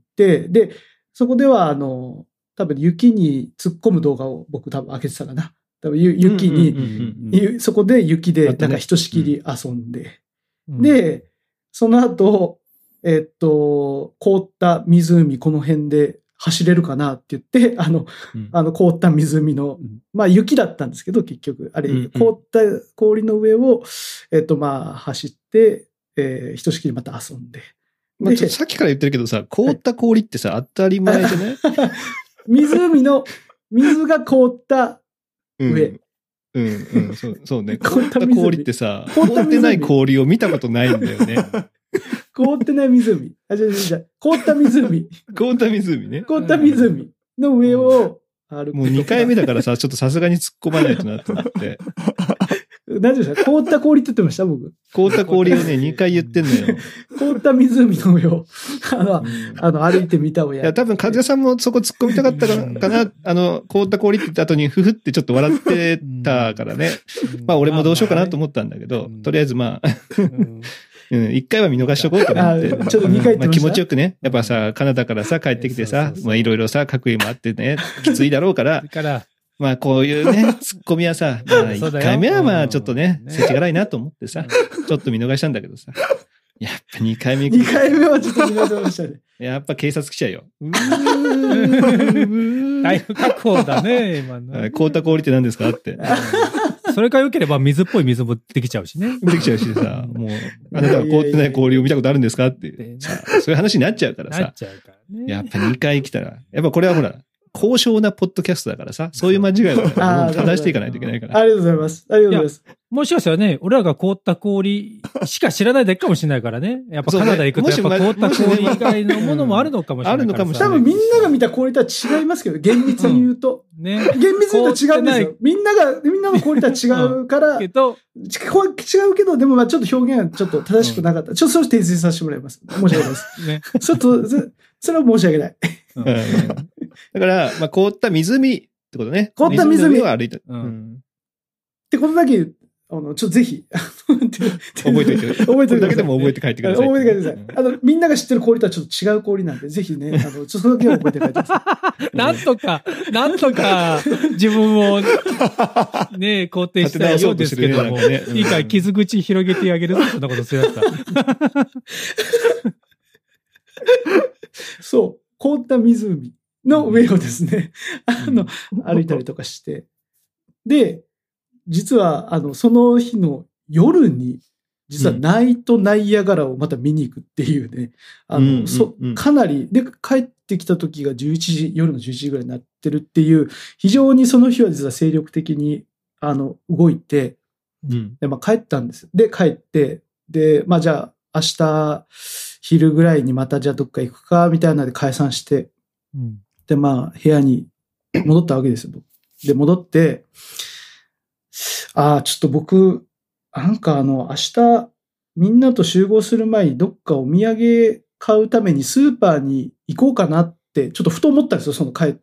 で、そこでは多分雪に突っ込む動画を僕多分上げてたかな。多分雪に、そこで雪でなんかひとしきり遊んで、で、その後、凍った湖この辺で走れるかなって言って、凍った湖の、まあ雪だったんですけど、結局、あれ、凍った氷の上を、まあ走って、ひとしきりまた遊んで。 まあ、さっきから言ってるけどさ、凍った氷ってさ、当たり前じゃない湖の、水が凍った上。 そうね。凍った氷ってさ、凍ってない氷を見たことないんだよね。 凍ってない湖。凍った湖。 凍った湖ね。 凍った湖の上を歩く。 もう2回目だからさ、ちょっとさすがに突っ込まないとなって思って。 何でした？凍った氷って言ってました僕。 凍った氷をね、2回言ってんのよ。 凍った湖の上を、歩いてみたをや。 いや、多分、かずやさんもそこ突っ込みたかったかな。凍った氷って言った後に、ふふってちょっと笑ってたからね。まあ、俺もどうしようかなと思ったんだけど、とりあえずまあ、1回は見逃しとこうと思って。 ちょっと2回まあ気持ちよくね。やっぱさ、カナダからさ、帰ってきてさ、まあいろいろさ、各位もあってね、きついだろうから、まあこういうね、ツッコミはさ、まあ1回目はまあちょっとね、世知辛いなと思ってさ、ちょっと見逃したんだけどさ。やっぱ2回目。 2回目はちょっと見逃しましたね。 やっぱ警察来ちゃうよ。 だいぶ確保だね、今の。 凍った氷って何ですかって。 それが良ければ水っぽい水もできちゃうしね。 できちゃうしさ、もう、あなたは凍ってない氷を見たことあるんですかってさ、そういう話になっちゃうからさ。 なっちゃうからね。 やっぱ2回来たら、やっぱこれはほら、高尚なポッドキャストだからさ、そういう間違いを正していかないといけないから。 ありがとうございます。ありがとうございます。 もしかしたらね、俺らが凍った氷しか知らないだけかもしれないからね。やっぱカナダ行くとやっぱ凍った氷以外のものもあるのかもしれない。 あるのかもしれない。 多分みんなが見た氷とは違いますけど、厳密に言うと。 ね。 厳密に言うと違うんですよ。みんなの氷とは違うから、違うけど、でもまあちょっと表現はちょっと正しくなかった。ちょっとそれ訂正させてもらいます。申し訳ないです。ね。ちょっと、それは申し訳ない。 だから、まあ凍った湖ってことね。 凍った湖を歩いた。 ってことだけ、ちょっとぜひ、 覚えておいて。覚えてるだけでも覚えて帰ってください。 覚えてください。みんなが知ってる氷とはちょっと違う氷なんで、ぜひね、ちょっとそれだけは覚えて帰ってください。 なんとか、自分を、ね、肯定したいようですけども、いいかい、傷口広げてあげるぞ、そんなことするやつだ。 そう、凍った湖の上をですね、歩いたりとかして、で、実は、その日の夜に、実はナイトナイアガラをまた見に行くっていうね、かなり、で、帰ってきた時が夜の11時ぐらいになってるっていう、非常にその日は実は精力的に、動いて、で、まあ帰ったんです。で、帰って、で、まあじゃあ、明日、昼ぐらいにまたじゃあどっか行くか、みたいなので解散して、で、まあ部屋に戻ったわけですよ。で、戻って、ちょっと僕、なんか明日、みんなと集合する前にどっかお土産買うためにスーパーに行こうかなって、ちょっとふと思ったんですよ。その帰った、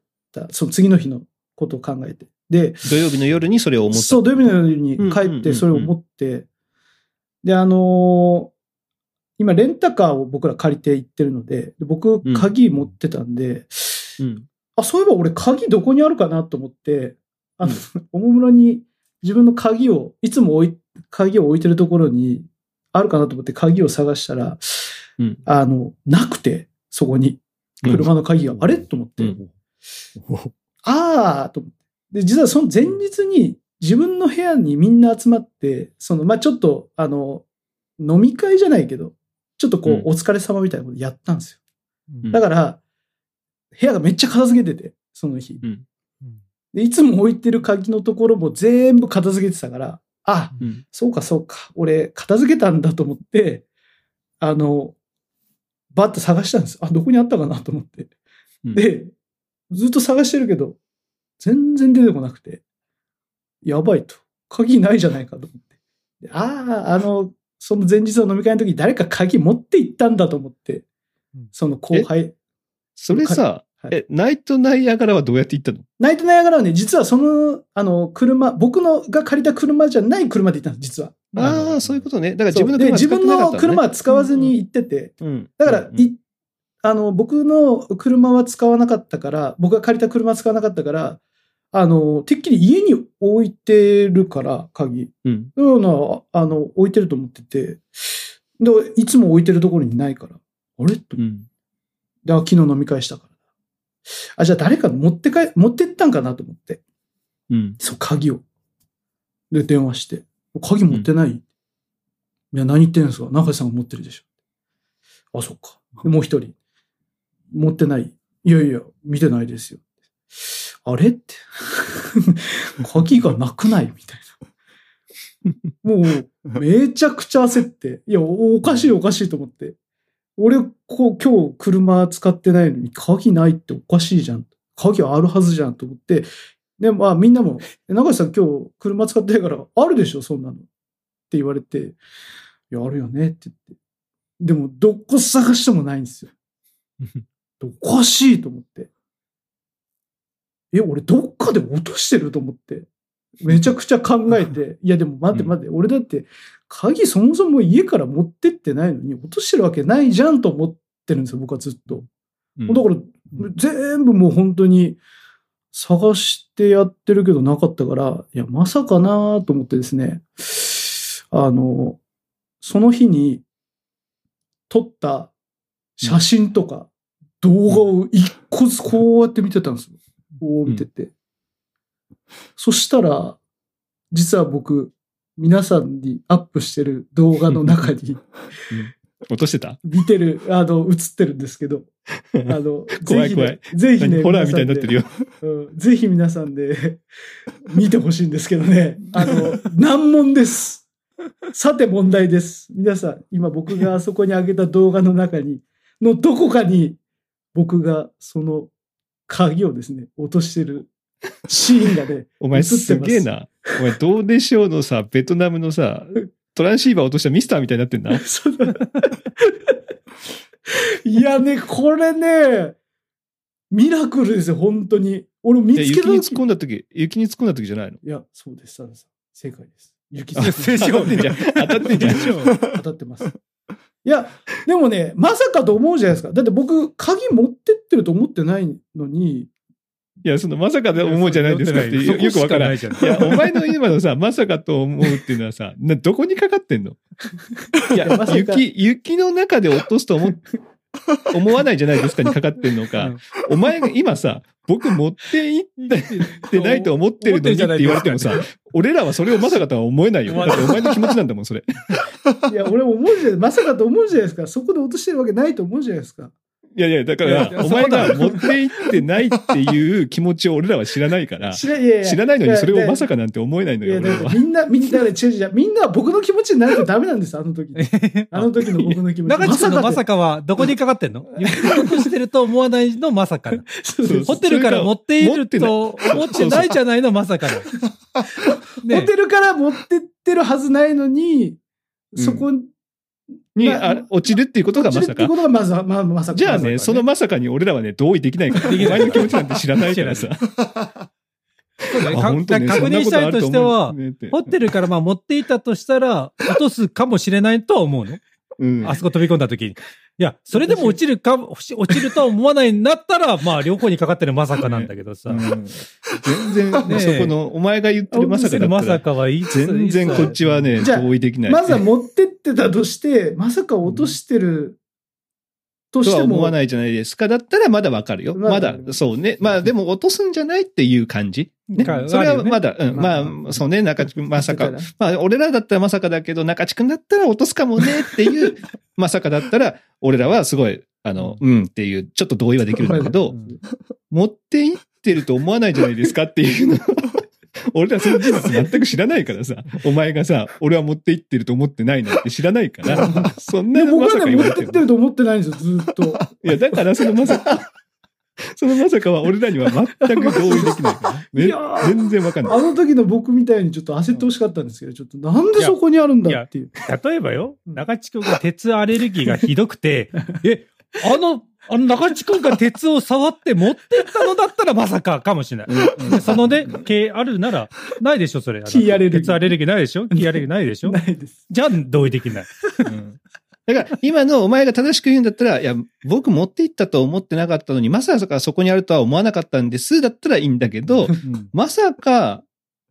その次の日のことを考えて。で、 土曜日の夜にそれを思った。 そう、土曜日の夜に帰ってそれを思って、で、今、レンタカーを僕ら借りて行ってるので、僕、鍵持ってたんで、そういえば俺鍵どこにあるかなと思って、おもむろに自分の鍵を、いつも鍵を置いてるところにあるかなと思って鍵を探したら、なくて、そこに。車の鍵が。あれと思って。と思って。で、実はその前日に自分の部屋にみんな集まって、ちょっと、飲み会じゃないけど、ちょっとこう、お疲れ様みたいなことやったんですよ。だから、部屋がめっちゃ片付けてて、その日。で、いつも置いてる鍵のところも全部片付けてたから、そうかそうか。俺、片付けたんだと思って、バッと探したんです。どこにあったかなと思って。で、ずっと探してるけど、全然出てこなくて、やばいと。鍵ないじゃないかと思って。その前日の飲み会の時に誰か鍵持って行ったんだと思って、その後輩。 それさ、ナイトナイアガラはどうやって行ったの？ ナイトナイアガラはね、実は車、僕のが借りた車じゃない車で行ったんです、実は。 そういうことね。だから自分の車使ってなかったのね。 自分の車は使わずに行ってて、だから、僕の車は使わなかったから、僕が借りた車は使わなかったから、てっきり家に置いてるから、鍵。置いてると思ってて、で、いつも置いてるところにないから、あれと。で、昨日飲み会したから。じゃあ誰か持ってったんかなと思って。そう、鍵を。で、電話して。鍵持ってない？いや、何言ってんですか？中井さんが持ってるでしょ。そっか。で、もう一人。持ってない？いやいや、見てないですよ。あれって。鍵がなくないみたいな。もう、めちゃくちゃ焦って。いや、おかしいと思って。俺、今日車使ってないのに鍵ないっておかしいじゃん。鍵あるはずじゃんと思って。で、みんなも、中井さん今日車使ってないから、あるでしょ、そんなの。って言われて、いや、あるよねって言って。でも、どこ探してもないんですよ。おかしいと思って。俺どっかで落としてると思って。めちゃくちゃ考えて、いやでも待って、俺だって鍵そもそも家から持ってってないのに落としてるわけないじゃんと思ってるんですよ、僕はずっと。だから全部もう本当に探してやってるけどなかったから、いやまさかなと思ってですね、その日に撮った写真とか動画を一個ずつこうやって見てたんですよ。こう見てて。そしたら、実は僕、皆さんにアップしてる動画の中に、 落としてた？ 見てる、映ってるんですけど、 怖い。 ぜひね、 ホラーみたいになってるよ。 ぜひ皆さんで見てほしいんですけどね、難問です。さて問題です。皆さん、今僕がそこに上げた動画の中に、のどこかに、僕がその鍵をですね、落としてるシーンがね、 お前すげえな。お前どうでしょうのさ、ベトナムのさ、トランシーバー落としたミスターみたいになってんな。 いやね、これね、ミラクルですよ、本当に。俺見つけた時。 雪に突っ込んだ時じゃないの？ いや、そうです。正解です。 雪当たってんじゃん。当たってんじゃん。 当たってます。いや、でもね、まさかと思うじゃないですか。だって僕、鍵持ってってると思ってないのに。 いや、まさかと思うじゃないですかってよくわからん。いや、お前の今のさ、まさかと思うっていうのはさ、どこにかかってんの？いや、雪の中で落とすと思わないじゃないですかにかかってんのか。お前が今さ、僕持って行ってないと思ってるのにって言われてもさ、俺らはそれをまさかとは思えないよ。だってお前の気持ちなんだもん、それ。 いや、俺思うじゃない、まさかと思うじゃないですか。そこで落としてるわけないと思うじゃないですか。 いや、だから、お前が持って行ってないっていう気持ちを俺らは知らないから、知らないのにそれをまさかなんて思えないのよ。 みんな、だから違う。みんなは僕の気持ちになるとダメなんです、あの時。あの時の僕の気持ち。 中地さんのまさかはどこにかかってんの？雪を落としてると思わないのまさか。ホテルから持っていると思ってないじゃないのまさか。 ホテルから持ってってるはずないのに、そこに落ちるっていうことがまさか。落ちるっていうことがまさか。 じゃあね、そのまさかに俺らはね、同意できないから。お前の気持ちなんて知らないからさ。 確認したいとしては、ホテルから持っていたとしたら、落とすかもしれないとは思うの？あそこ飛び込んだ時に。いや、それでも落ちるとは思わないんだったら、両方にかかってるまさかなんだけどさ。 全然、そこの、お前が言ってるまさかだったら。 まさかはいい全然こっちはね、同意できない。 まずは持ってってたとして、まさか落としてるとしても。 とは思わないじゃないですか。だったらまだわかるよ。まだ、そうね。まあでも落とすんじゃないっていう感じ。ね。それはまだ、まあ、そうね、中地君まさか。まあ、俺らだったらまさかだけど、中地君だったら落とすかもねっていう、まさかだったら、俺らはすごい、っていう、ちょっと同意はできるんだけど、持っていってると思わないじゃないですかっていうの。俺らその事実全く知らないからさ、お前がさ、俺は持って行ってると思ってないなんて知らないから、そんな僕はね、持ってってると思ってないんですよ、ずっと。 いや、だからそのまさかは俺らには全く同意できないから。いや全然わかんない。 あの時の僕みたいにちょっと焦ってほしかったんですけど、ちょっとなんでそこにあるんだっていう。 例えばよ、中地君が鉄アレルギーがひどくて、中地君が鉄を触って持ってったのだったらまさかかもしれない。そのね、毛あるなら、ないでしょ、それ。 木アレルギー。 鉄アレルギーないでしょ木アレルギーないでしょないです。 じゃあ、同意できない。 だから、今のお前が正しく言うんだったら、いや、僕持って行ったと思ってなかったのに、まさかそこにあるとは思わなかったんです、だったらいいんだけど、まさか、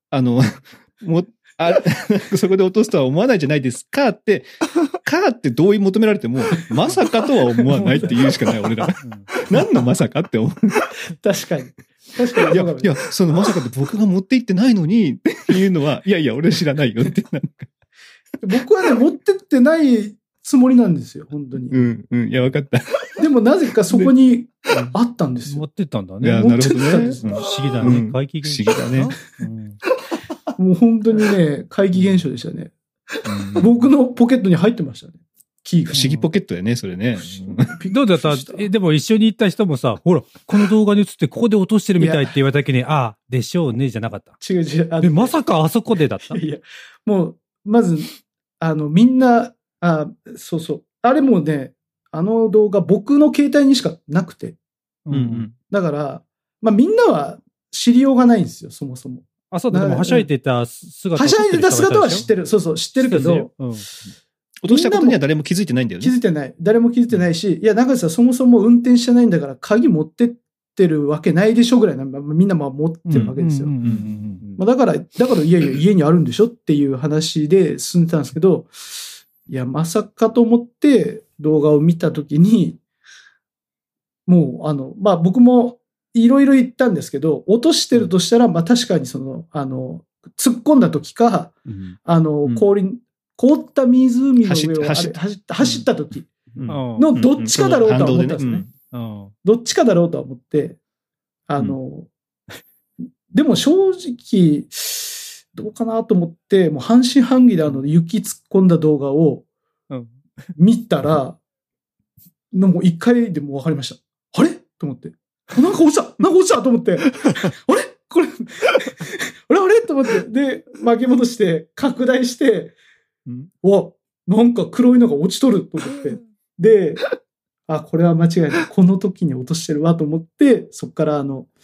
そこで落とすとは思わないじゃないですかって、って同意求められても、まさかとは思わないって言うしかない、俺ら。何のまさかって思う。 確かに。 いや、そのまさかって僕が持って行ってないのにっていうのは、いや、俺知らないよって。 僕はね、持ってってないつもりなんですよ、本当に。 いや、わかった。 でもなぜかそこにあったんですよ。 持ってったんだね。 いや、なるほどね。 不思議だね。怪奇現象。 不思議だね。 もう本当にね、怪奇現象でしたね。僕のポケットに入ってましたね。キーが。 不思議ポケットだよね、それね。 どうだったでも一緒に行った人もさ、ほら、この動画に映ってここで落としてるみたいって言われた時に、でしょうね、じゃなかった。 違う。 まさかあそこでだったいや、もう、まず、みんな、そうそう。あれもね、あの動画僕の携帯にしかなくて。だから、まあみんなは知りようがないんですよ、そもそも。 そうだ、でもはしゃいでた姿はしゃいでた姿は知ってる。そうそう、知ってるけど、 落としたことには誰も気づいてないんだよね。 気づいてない。誰も気づいてないし、いや、中地さんそもそも運転してないんだから鍵持ってってるわけないでしょぐらいな、みんな持ってるわけですよ。だからいや家にあるんでしょっていう話で進んでたんですけど、いや、まさかと思って動画を見たときに、もうまあ僕もいろいろ言ったんですけど、落としてるとしたら、まあ確かに突っ込んだ時か、凍った湖の上を走った時のどっちかだろうとは思ったんですね。どっちかだろうとは思って、でも正直、どうかなと思って、もう半信半疑で雪突っ込んだ動画を見たら、もう一回でも分かりました。あれと思って。なんか落ちたと思って。あれこれ、あれと思って。で、巻き戻して、拡大して、なんか黒いのが落ちとると思って。で、これは間違いない。この時に落としてるわと思って、そっから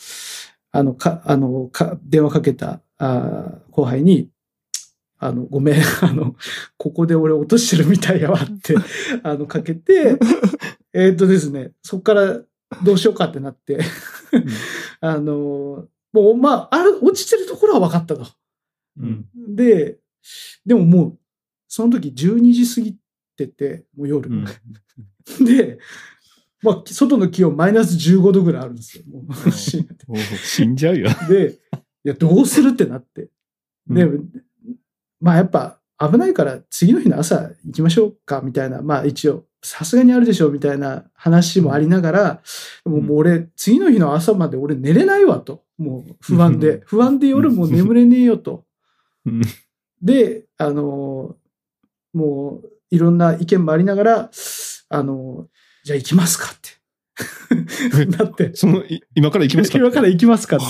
電話かけた、後輩に、ごめん、ここで俺落としてるみたいやわって、かけて、ですね、そっからどうしようかってなって、もう、まあ、落ちてるところは分かったと。でももう、その時12時過ぎてて、もう夜。で、まあ、外の気温マイナス15度ぐらいあるんですよ。もう死んじゃうよ。 で、いや、どうするってなって。で、まあやっぱ危ないから次の日の朝行きましょうかみたいな、まあ一応さすがにあるでしょみたいな話もありながら、もう俺次の日の朝まで俺寝れないわと。もう不安で夜も眠れねえよと。で、もういろんな意見もありながら、じゃあ行きますかって。なって。 今から行きますか今から行きますかって。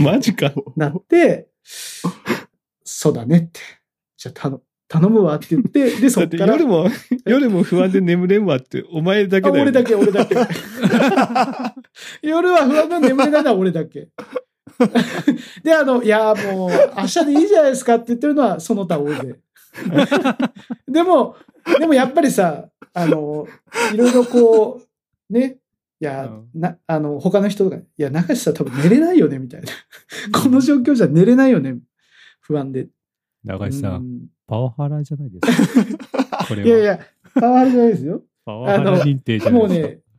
マジか。 なって、そうだねって。じゃあ頼むわって言って、で、そっから。 夜も不安で眠れんわって、お前だけだよ、ね。 俺だけ。夜は不安で眠れないのは俺だけ。で、いや、もう、明日でいいじゃないですかって言ってるのは、その他大勢。でもやっぱりさ、いろいろこう、ね、いや、他の人とか、いや、中地さん多分寝れないよね、みたいな。この状況じゃ寝れないよね、不安で。 中地さん、パワハラじゃないですか。これは。 いや、パワハラじゃないですよ。 パワハラ認定じゃないですか。 もうね、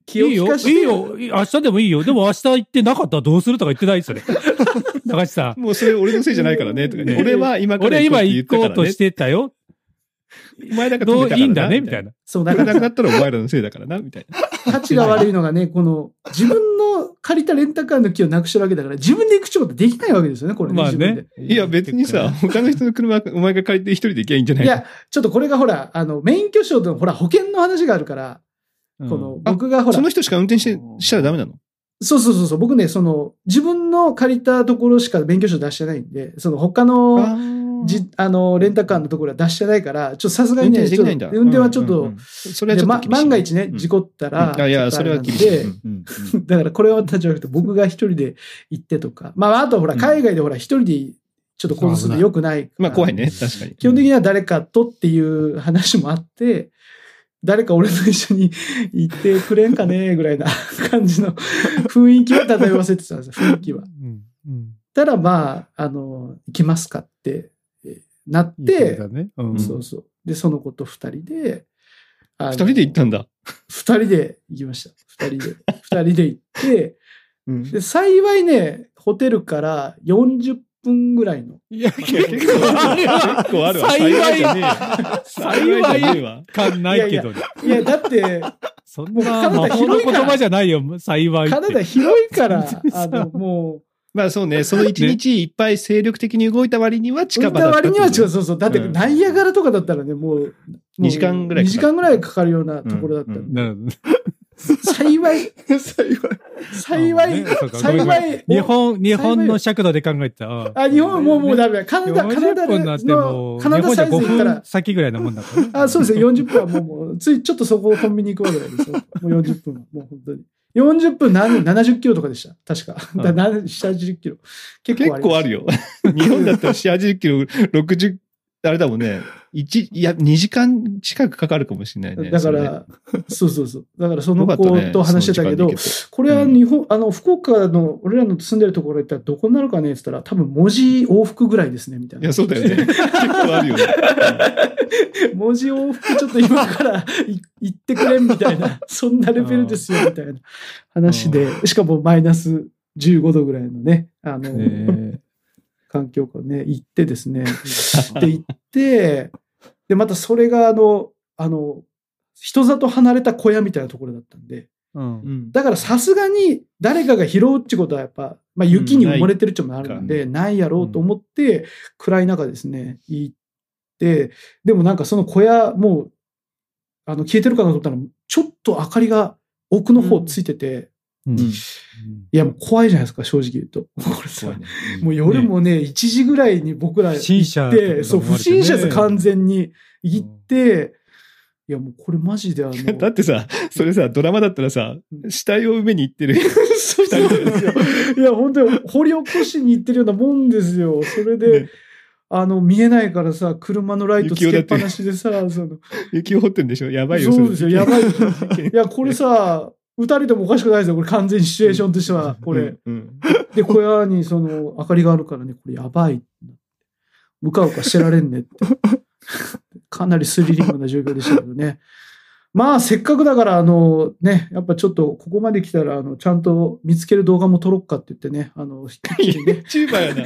気を利かして。 いいよ。明日でもいいよ。でも明日行ってなかったらどうするとか言ってないですよね。高橋さん。 もうそれ俺のせいじゃないからね。とかね。俺は今から行こうとしてたよ。 お前だから止めたからいいんだねみたいな。 そう、 だからなくなったらお前らのせいだからな、みたいな。 価値が悪いのがね、この、自分の借りたレンタカーの木をなくしてるわけだから、自分で行くってことできないわけですよね、これね。 まあね。 いや、別にさ、他の人の車、お前が借りて一人で行きゃいいんじゃないいや、ちょっとこれがほら、免許証とほら、保険の話があるから、この、僕がほら。 その人しか運転したらダメなの？ そう。僕ね、自分の借りたところしか免許証出してないんで、他の、レンタカーのところは出してないから、ちょっとさすがにね、運転はちょっと、 それはちょっと万が一ね、事故ったら、 いや、それは厳しい。 だからこれは立ち悪くて、僕が一人で行ってとか、まあ、あとほら、海外でほら、一人で、ちょっと交通するの良くない。 まあ、怖いね、確かに。 基本的には誰かとっていう話もあって、誰か俺と一緒に行ってくれんかねぐらいな感じの雰囲気は漂わせてたんですよ、雰囲気は。たらまあ、行きますかってなって、そう。で、その子と二人で、 二人で行ったんだ。 二人で行きました。二人で行って、で、幸いね、ホテルから40分ぐらいの。 いや、結構あるわ。幸い感ないけどね。 いや、だって、 そんな魔法の言葉じゃないよ、幸いって。 カナダ広いから、もう。 まあそうね、その一日いっぱい精力的に動いた割には近場だった。 割にはそう。だってナイアガラとかだったらね、もう 2時間ぐらい。 2時間ぐらいかかるようなところだったんで。幸い。 日本の尺度で考えたら。 日本もうダメ。カナダサイズ行ったら。 先ぐらいのもんだから。 そうですよ。40分はもう、ついちょっとそこをコンビニ行くわけですよ。もう40分は。もう本当に。40分70キロとかでした。確か。70キロ。結構あるよ。 日本だったら70キロ、60、あれだもんね。2時間近くかかるかもしれないね。 だから、そう。だからその子と話してたけど、これは日本、福岡の、俺らの住んでるところ行ったらどこになるかねって言ったら、多分文字往復ぐらいですね、みたいな。 いや、そうだよね。結構あるよね。 文字往復ちょっと今から行ってくれみたいな、そんなレベルですよ、みたいな話で、しかもマイナス15度ぐらいのね、環境下ね、行ってですね、行って、で、またそれが人里離れた小屋みたいなところだったんで、だからさすがに誰かが拾うってことはやっぱ、まあ雪に埋もれてるっちゃもあるんで、ないやろうと思って、暗い中ですね、行って、でもなんかその小屋もう、消えてるかなと思ったら、ちょっと明かりが奥の方ついてて、いや、もう怖いじゃないですか、正直言うと。これさ、もう夜もね、1時ぐらいに僕ら行って、そう、不審者です完全に行って、いや、もうこれマジでだってさ、それさ、ドラマだったらさ、死体を埋めに行ってる。 そうですよ。いや、本当に掘り起こしに行ってるようなもんですよ。それで、見えないからさ、車のライトつけっぱなしでさ、 雪を掘ってんでしょ？やばいよ、 そうですよ、やばい。いや、これさ、撃たれてもおかしくないですよ。これ完全にシチュエーションとしては、これ。で、小屋に明かりがあるからね、これやばい。うかうかしてられんねって。かなりスリリングな状況でしたけどね。まあ、せっかくだから、やっぱちょっと、ここまで来たら、ちゃんと見つける動画も撮ろっかって言ってね、 きっちりね。YouTuber やな。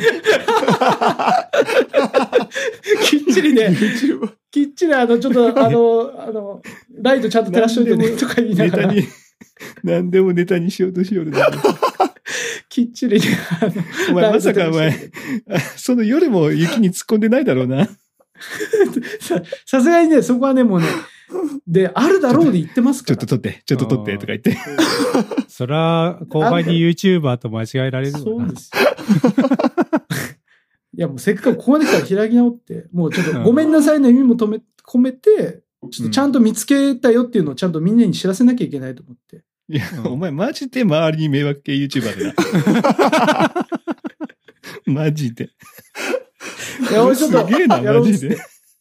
きっちりね、きっちりちょっと、ライトちゃんと照らしといてね、とか言いながら。 何でもネタにしようとしよるな。 きっちりね、 お前まさかお前、その夜も雪に突っ込んでないだろうな。 さすがにね、そこはね、もうね、で、あるだろうで言ってますから。 ちょっと撮って、とか言って。 そら、後輩に YouTuber と間違えられるわな。 そうですよ。いや、もうせっかくここまで来たら開き直って、もうちょっとごめんなさいの意味も込めて、ちょっとちゃんと見つけたよっていうのをちゃんとみんなに知らせなきゃいけないと思って。 いや、お前マジで周りに迷惑系 YouTuber だな。マジで。 いや、俺ちょっと。 すげえな、マジで。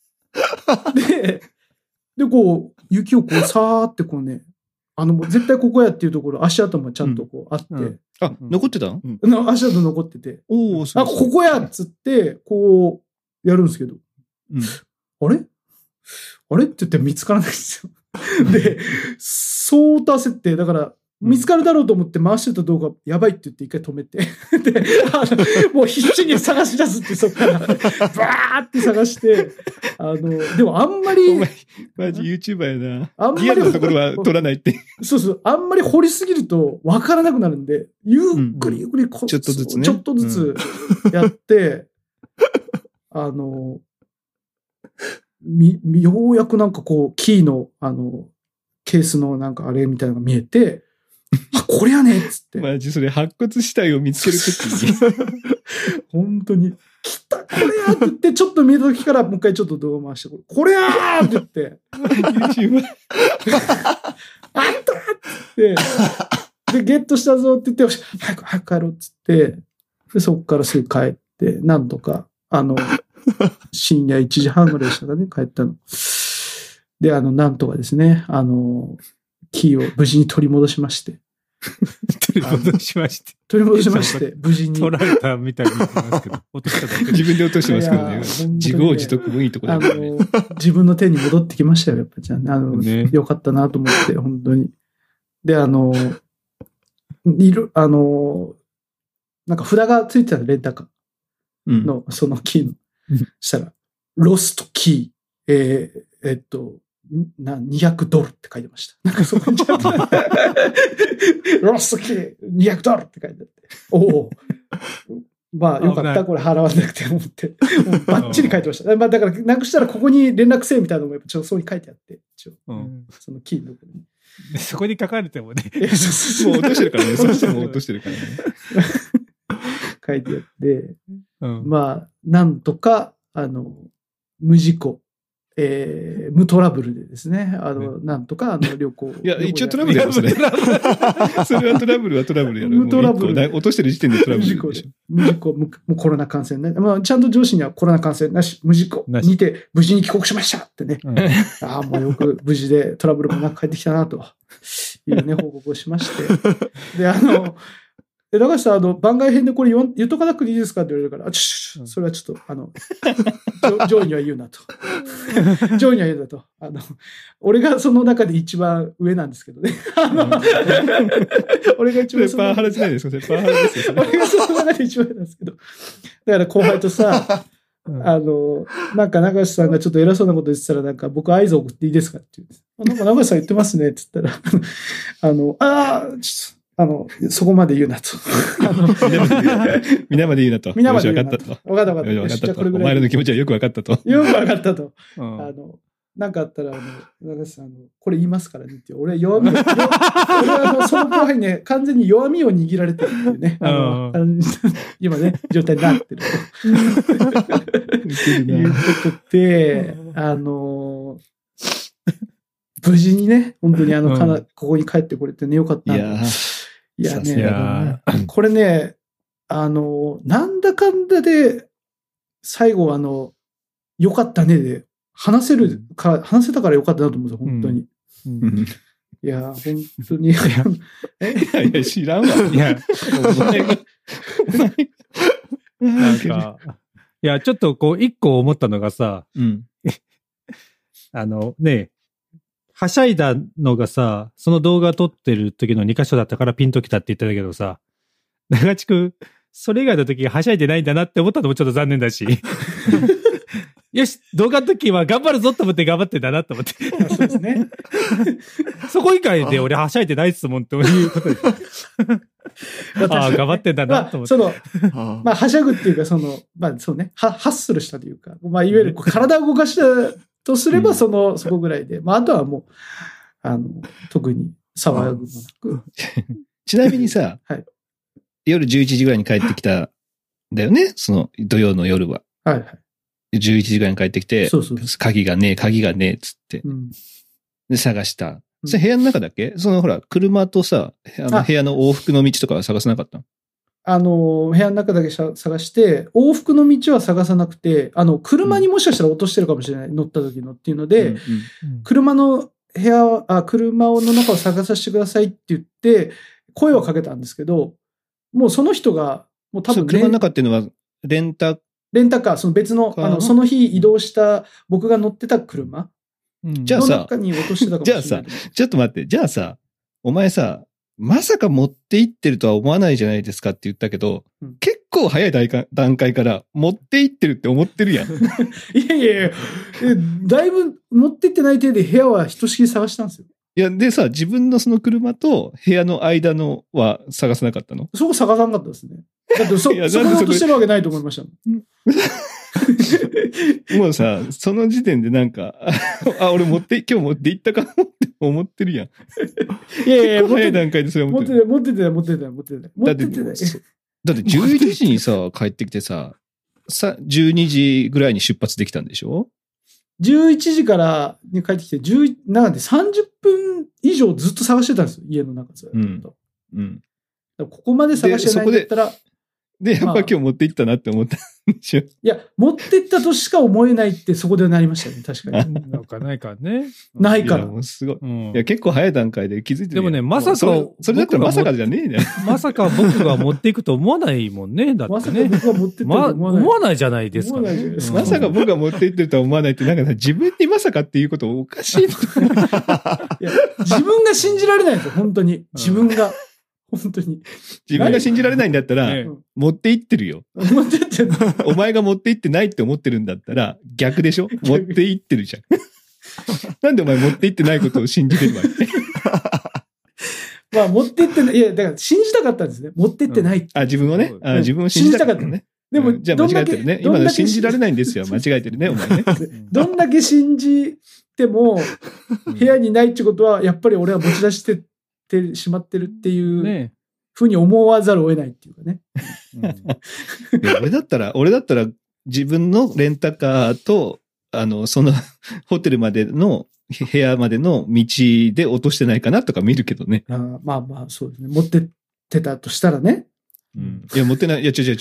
で、こう、雪をこう、さーってこうね、もう絶対ここやっていうところ、足跡もちゃんとこうあって。 あ、残ってたの足跡残ってて。 おー、 ここやっつって、こう、やるんですけど。あれって言って見つからないんですよ。 で、相当焦って、だから、見つかるだろうと思って回してた動画やばいって言って一回止めて。で、もう必死に探し出すって、そっから、バーって探して、でもあんまり。 マジ YouTuber やな。 あんまり。 リアルなところは撮らないって。 そうそう。あんまり掘りすぎると分からなくなるんで、ゆっくりゆっくりちょっとずつね。 ちょっとずつやって、ようやくなんかこう、キーの、ケースのなんかあれみたいなのが見えて、あ、これやねっつって。 マジそれ白骨死体を見つけるときに。 本当に、来たこれやって言って、ちょっと見えたときからもう一回ちょっと動画回して、これやーって言って、あったって言って、で、ゲットしたぞって言って、早く帰ろうっつって、で、そこからすぐ帰って、なんとか、深夜1時半ぐらいでしたかね、帰ったの。で、なんとかですね、キーを無事に取り戻しまして。 取り戻しまして、無事に。 取られたみたいに言ってますけど、落としただけ。 自分で落としてますけどね。自業自得もいいところだね。 自分の手に戻ってきましたよ、やっぱり。ね、よかったなと思って、本当に。で、なんか札がついてたの、レンタカーの、そのキーの。したら、ロストキー、$200って書いてました。なんかそこにロストキー$200って書いてあって。おお。まあよかった、これ払わなくて思って。もうバッチリ書いてました。まあだからなくしたらここに連絡せえみたいなのもやっぱそうに書いてあって、そのキーのところに。そこに書かれてもね。 もう落としてるからね。そしてもう落としてるからね。 書いてあって、まあなんとか、無事故。無トラブルでですね、なんとか旅行。 いや、一応トラブルやろ、それ。それはトラブルやろ。 無トラブル。 落としてる時点でトラブルでしょ。 無事故、もうコロナ感染ね。まあ、ちゃんと上司にはコロナ感染なし、無事故にて無事に帰国しましたってね。ああ、もうよく無事でトラブルもなく帰ってきたな、というね、報告をしまして。で、高橋さん、番外編でこれ言っとかなくていいですかって言われるから、それはちょっと、上位には言うなと。上位には言うなと。俺がその中で一番上なんですけどね。俺が一番パワハラじゃないですか、パワハラですよ。 俺がその中で一番上なんですけど。だから後輩とさ、なんか中橋さんがちょっと偉そうなこと言ってたら、なんか僕合図送っていいですかって言うんです。なんか中橋さん言ってますねって言ったら、そこまで言うなと。 皆まで言うなと。 皆まで言うなと。 分かったと。 お前らの気持ちはよく分かったと。 よく分かったと。なんかあったら、中橋さん、これ言いますからねって。俺は弱みを、俺はその後輩ね、完全に弱みを握られてるっていうね。今ね、状態になってると。いうことで、無事にね、本当にここに帰ってこれてね、よかったな。いやね、これね、なんだかんだで、最後よかったねで、話せたからよかったなと思うんですよ、本当に。いや、本当に。いや、知らんわ。いや、 なんか、いや、ちょっとこう、一個思ったのがさ、ね、はしゃいだのがさ、その動画撮ってる時の2箇所だったからピンときたって言ってたけどさ、長地くん、それ以外の時はしゃいでないんだなって思ったのもちょっと残念だし。よし、動画の時は頑張るぞと思って頑張ってんだなと思って。 そうですね。 そこ以外で俺はしゃいでないっすもんっていうことで。ああ、頑張ってんだなと思って。 まあ、はしゃぐっていうか、まあ、そうね、ハッスルしたというか、まあ、いわゆる体を動かしたとすれば、そこぐらいで、まあ、あとはもう、特に騒ぐもなく。 ちなみにさ、夜11時ぐらいに帰ってきたんだよね、その土曜の夜は。 はいはい。 11時ぐらいに帰ってきて、鍵がねえ、つって。で、探した。それ部屋の中だっけ？ほら、車とさ、部屋の往復の道とかは探さなかったの？部屋の中だけ探して、往復の道は探さなくて、車にもしかしたら落としてるかもしれない。乗った時のっていうので、車の車の中を探させてくださいって言って、声をかけたんですけど、もうその人が、もう多分車の中っていうのは、レンタカー、 その別の、その日移動した僕が乗ってた車じゃあさ、 中に落としてたかもしれない。 じゃあさ、ちょっと待って、じゃあさ、お前さ、まさか持って行ってるとは思わないじゃないですかって言ったけど、結構早い段階から持って行ってるって思ってるやん。 いやいやいや、だいぶ持ってってない程で部屋はひとしきり探したんですよ。 いや、でさ、自分のその車と部屋の間のは探さなかったの？ そこ探さなかったですね。だってそこに落としてるわけないと思いましたもん。 もうさ、その時点でなんか、俺今日持って行ったかもって思ってるやん。 いやいや、 早い段階でそれ持ってない。だって 11時にさ、帰ってきてさ、12時ぐらいに出発できたんでしょ？ 11時からに帰ってきて、なんで30分以上ずっと探してたんですよ、家の中で。ここまで探してないんだったら。 で、やっぱ今日持って行ったなって思ったんでしょ。いや、持って行ったとしか思えないってそこでなりましたね、確かに。 なんかないからね。 ないから。 もうすごい。いや、結構早い段階で気づいてる。 でもね、まさか、それだったらまさかじゃねえね。 まさか僕が持っていくと思わないもんね。だってね。 まさか僕が持ってって思わないじゃないですか。 まさか僕が持って行ってるとは思わないって、なんか自分にまさかっていうことおかしい。いや、 自分が信じられないんですよ、本当に。自分が。本当に。 自分が信じられないんだったら、持って行ってるよ。 持ってってお前が持って行ってないって思ってるんだったら、逆でしょ？持って行ってるじゃん。なんでお前持って行ってないことを信じてるわけ？ まあ、持って行ってない。いや、だから信じたかったんですね。持って行ってない。 自分をね。自分を信じたかったね。でも、じゃあ間違えてるね。今の信じられないんですよ。間違えてるね、お前ね。 どんだけ信じても、部屋にないってことは、やっぱり俺は持ち出してしまってるっていうふうに思わざるを得ないっていうかね。 俺だったら自分のレンタカーと、そのホテルまでの部屋までの道で落としてないかなとか見るけどね。 まあまあ、そうですね。持ってってたとしたらね。 いや、持ってない。いや、違う。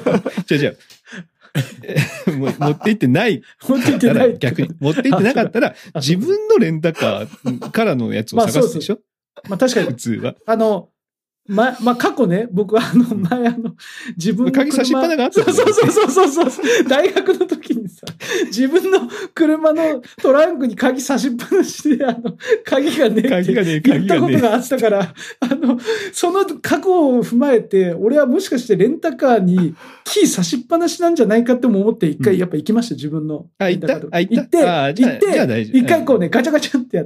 持って行ってない。 持って行ってない。 逆に。持って行ってなかったら、自分のレンタカーからのやつを探すでしょ？ まあ確かに。 普通は。 まあ過去ね、僕は前自分の車。 鍵差しっぱながあったそう。大学の時にさ、自分の車のトランクに鍵差しっぱなしで、鍵がねえって言ったことがあったから、その過去を踏まえて、俺はもしかしてレンタカーにキー差しっぱなしなんじゃないかっても思って一回やっぱ行きました、自分の。 行って、 一回こうね、ガチャガチャってやって、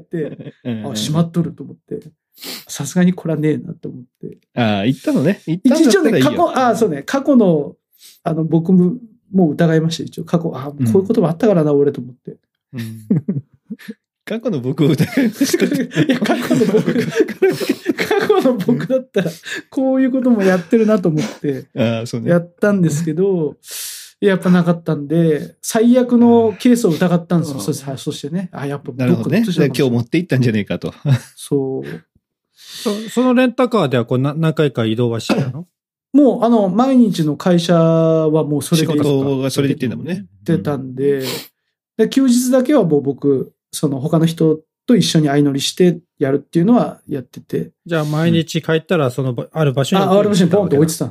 閉まっとると思って。さすがにこれはねえなと思って。 行ったのね。 一応ね、過去の、僕も疑いました、一応。過去、こういうこともあったからな、俺と思って。 過去の僕を疑いました。 いや、過去の僕だったら、こういうこともやってるなと思って、やったんですけど、やっぱなかったんで、最悪のケースを疑ったんですよ。そしてね。やっぱなるほどね。今日持って行ったんじゃねえかと。 そう。 そのレンタカーでは何回か移動はしてたの？ もう、毎日の会社はもうそれで。 仕事がそれで行ってんだもんね。 行ってたんで、休日だけはもう僕、他の人と一緒に相乗りしてやるっていうのはやってて。 じゃあ毎日帰ったらある場所にある場所にポンと置いてた。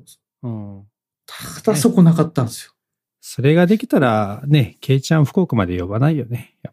ただそこなかったんですよ。 それができたらね、ケイちゃん福岡まで呼ばないよね。やっ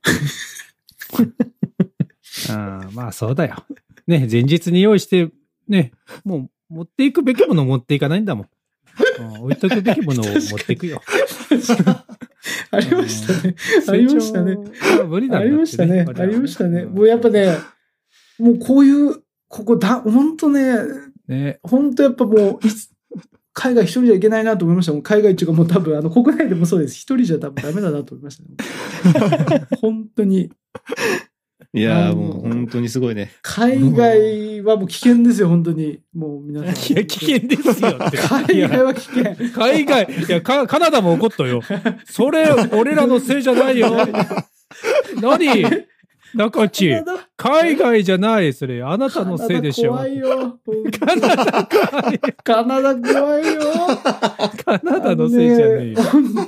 ぱりまあそうだよ。ね、前日に用意して、ね、もう持っていくべきものを持っていかないんだもん。置いとくべきものを持っていくよ。 ありましたね。ありましたね。 無理だね。ありましたね。ありましたね。もうやっぱね、もうこういう、本当ね、本当やっぱもう、海外一人じゃいけないなと思いました。もう海外っていうかもう多分国内でもそうです。一人じゃ多分ダメだなと思いましたね。本当に。 いやもう本当にすごいね。 海外はもう危険ですよ、本当に。もう皆さん。 いや、危険ですよって。 海外は危険。 海外、いや、カナダも怒ったよ。それ、俺らのせいじゃないよ。何中地、海外じゃない、それ。あなたのせいでしょ。 怖いよ。 カナダ怖い。 カナダ怖いよ。 カナダのせいじゃねえよ。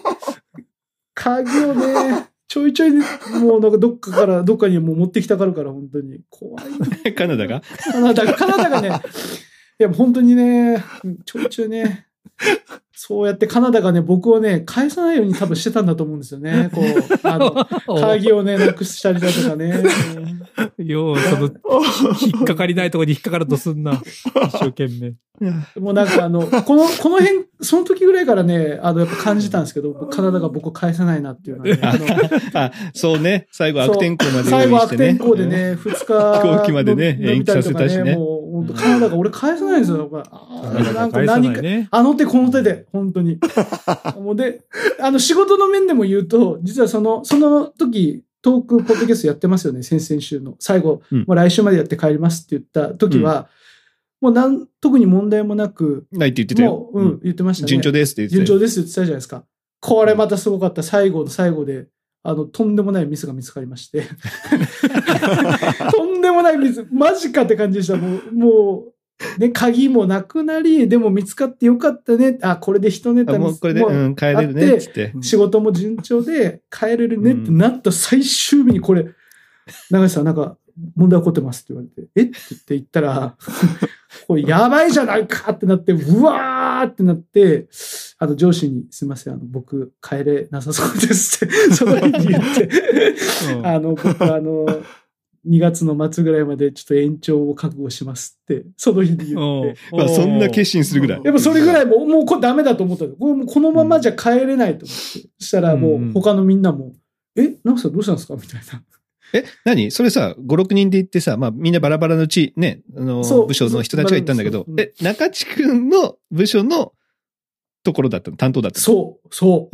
鍵をね、ちょいちょい、もうなんかどっかにもう持ってきたがるから、本当に。怖いよ。 カナダがカナダがね、いや、本当にね、ちょいちょいね、 そうやってカナダがね、僕をね、返さないように多分してたんだと思うんですよね。こう、鍵をね、なくしたりだとかね。 よう、引っかかりないところに引っかかるとすんな。一生懸命。 もうなんかこの辺、その時ぐらいからね、やっぱ感じたんですけど、カナダが僕を返さないなっていうのはね。 そうね。最後悪天候まで用意してね。 最後悪天候でね、2日。 飛行機までね、延期させたしね。 もう本当カナダが俺返さないんですよ。なんか何か、あの手この手で、本当に。もうで、仕事の面でも言うと、実はその時、トークポッドキャストやってますよね、先々週の。最後、もう来週までやって帰りますって言った時は、もう特に問題もなく。 ないって言ってたよ。 もう、言ってましたね。 順調ですって言ってた。 順調ですって言ってたじゃないですか。これまたすごかった。最後の最後で、とんでもないミスが見つかりまして。とんでもないミス。マジかって感じでした。もう、ね、鍵もなくなり、でも見つかってよかったね。これで一ネタもうこれで、帰れるね、つって。 仕事も順調で帰れるねってなった最終日にこれ、長井さんなんか問題起こってますって言われて、えって言ったら、これやばいじゃないかってなって、うわーってなって、上司にすいません、僕帰れなさそうですって、その日に言って、僕2月の末ぐらいまでちょっと延長を覚悟しますって、その日に言って。 そんな決心するぐらい。 やっぱそれぐらいもうこれダメだと思ったの。このままじゃ帰れないと思って。そしたらもう他のみんなも、なんかさ、どうしたんですかみたいな。 何それさ、5、6人で行ってさ、まあみんなバラバラのね、部署の人たちが行ったんだけど、中地君の部署のところだったの担当だったのそう。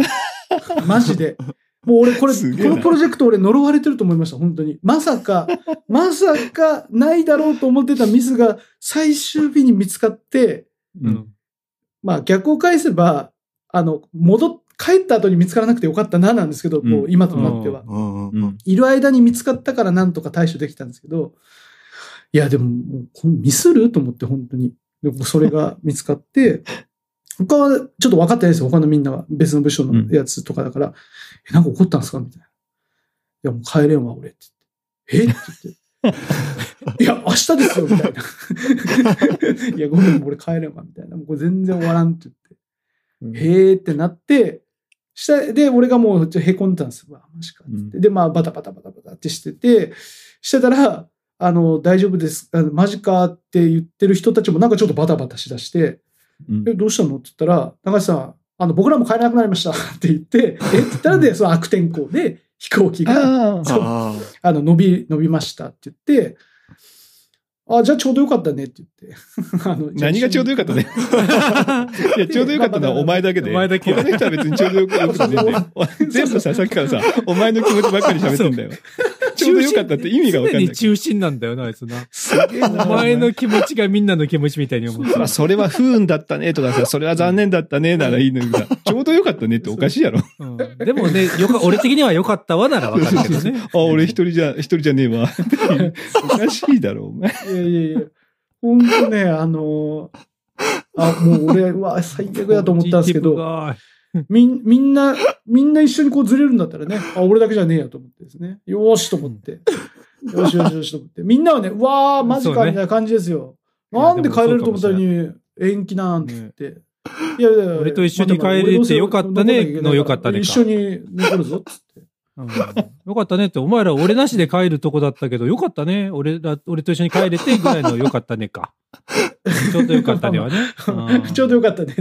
マジで。もう俺このプロジェクト俺呪われてると思いました、本当に。まさかないだろうと思ってたミスが最終日に見つかって、まあ逆を返せば、帰った後に見つからなくてよかったななんですけど、もう今となっては。いる間に見つかったからなんとか対処できたんですけど、いやでも、ミスると思って本当に。でもそれが見つかって、他はちょっと分かってないですよ。他のみんなは。別の部署のやつとかだから、なんか怒ったんですかみたいな。いや、もう帰れんわ、俺って言って。って言って。いや、明日ですよ、みたいな。いや、ごめん、俺帰れんわ、みたいな。もうこれ全然終わらんって言って。へーってなって、で、俺がもうへこんでたんですよ。マジかって。で、まあ、バタバタってしてたら、大丈夫です。マジかって言ってる人たちもなんかちょっとバタバタしだして、どうしたのって言ったら、高橋さん、僕らも帰れなくなりましたって言って、って言ったらで、その悪天候で飛行機が、伸びましたって言って、じゃあちょうどよかったねって言って。 何がちょうどよかったね。いや、ちょうどよかったのはお前だけで。お前だけ。他の人は別にちょうどよかったね。全部さっきからさ、お前の気持ちばっかり喋ってんだよ。ちょうどよかったって意味がわかんない。常に中心なんだよな、あいつな。すげえな。お前の気持ちがみんなの気持ちみたいに思って。 それは不運だったねとかさ、それは残念だったねならいいのにさ、ちょうどよかったねっておかしいやろ。 でもね、俺的にはよかったわならわかるけどね。 俺一人じゃねえわ。おかしいだろ、お前。 いや。ほんとね、もう俺は最悪だと思ったんですけど、みんな一緒にこうずれるんだったらね、俺だけじゃねえやと思ってですね。よーしと思って。よしと思って。みんなはね、うわー、マジかみたいな感じですよ。なんで帰れると思ったのに延期なんて言って。いや、 俺と一緒に帰れてよかったねのよかったねか。 一緒に残るぞっつって。 よかったねって、お前ら俺なしで帰るとこだったけど、よかったね。俺と一緒に帰れてぐらいのよかったねか。ちょうどよかったねはね。 ちょうどよかったね。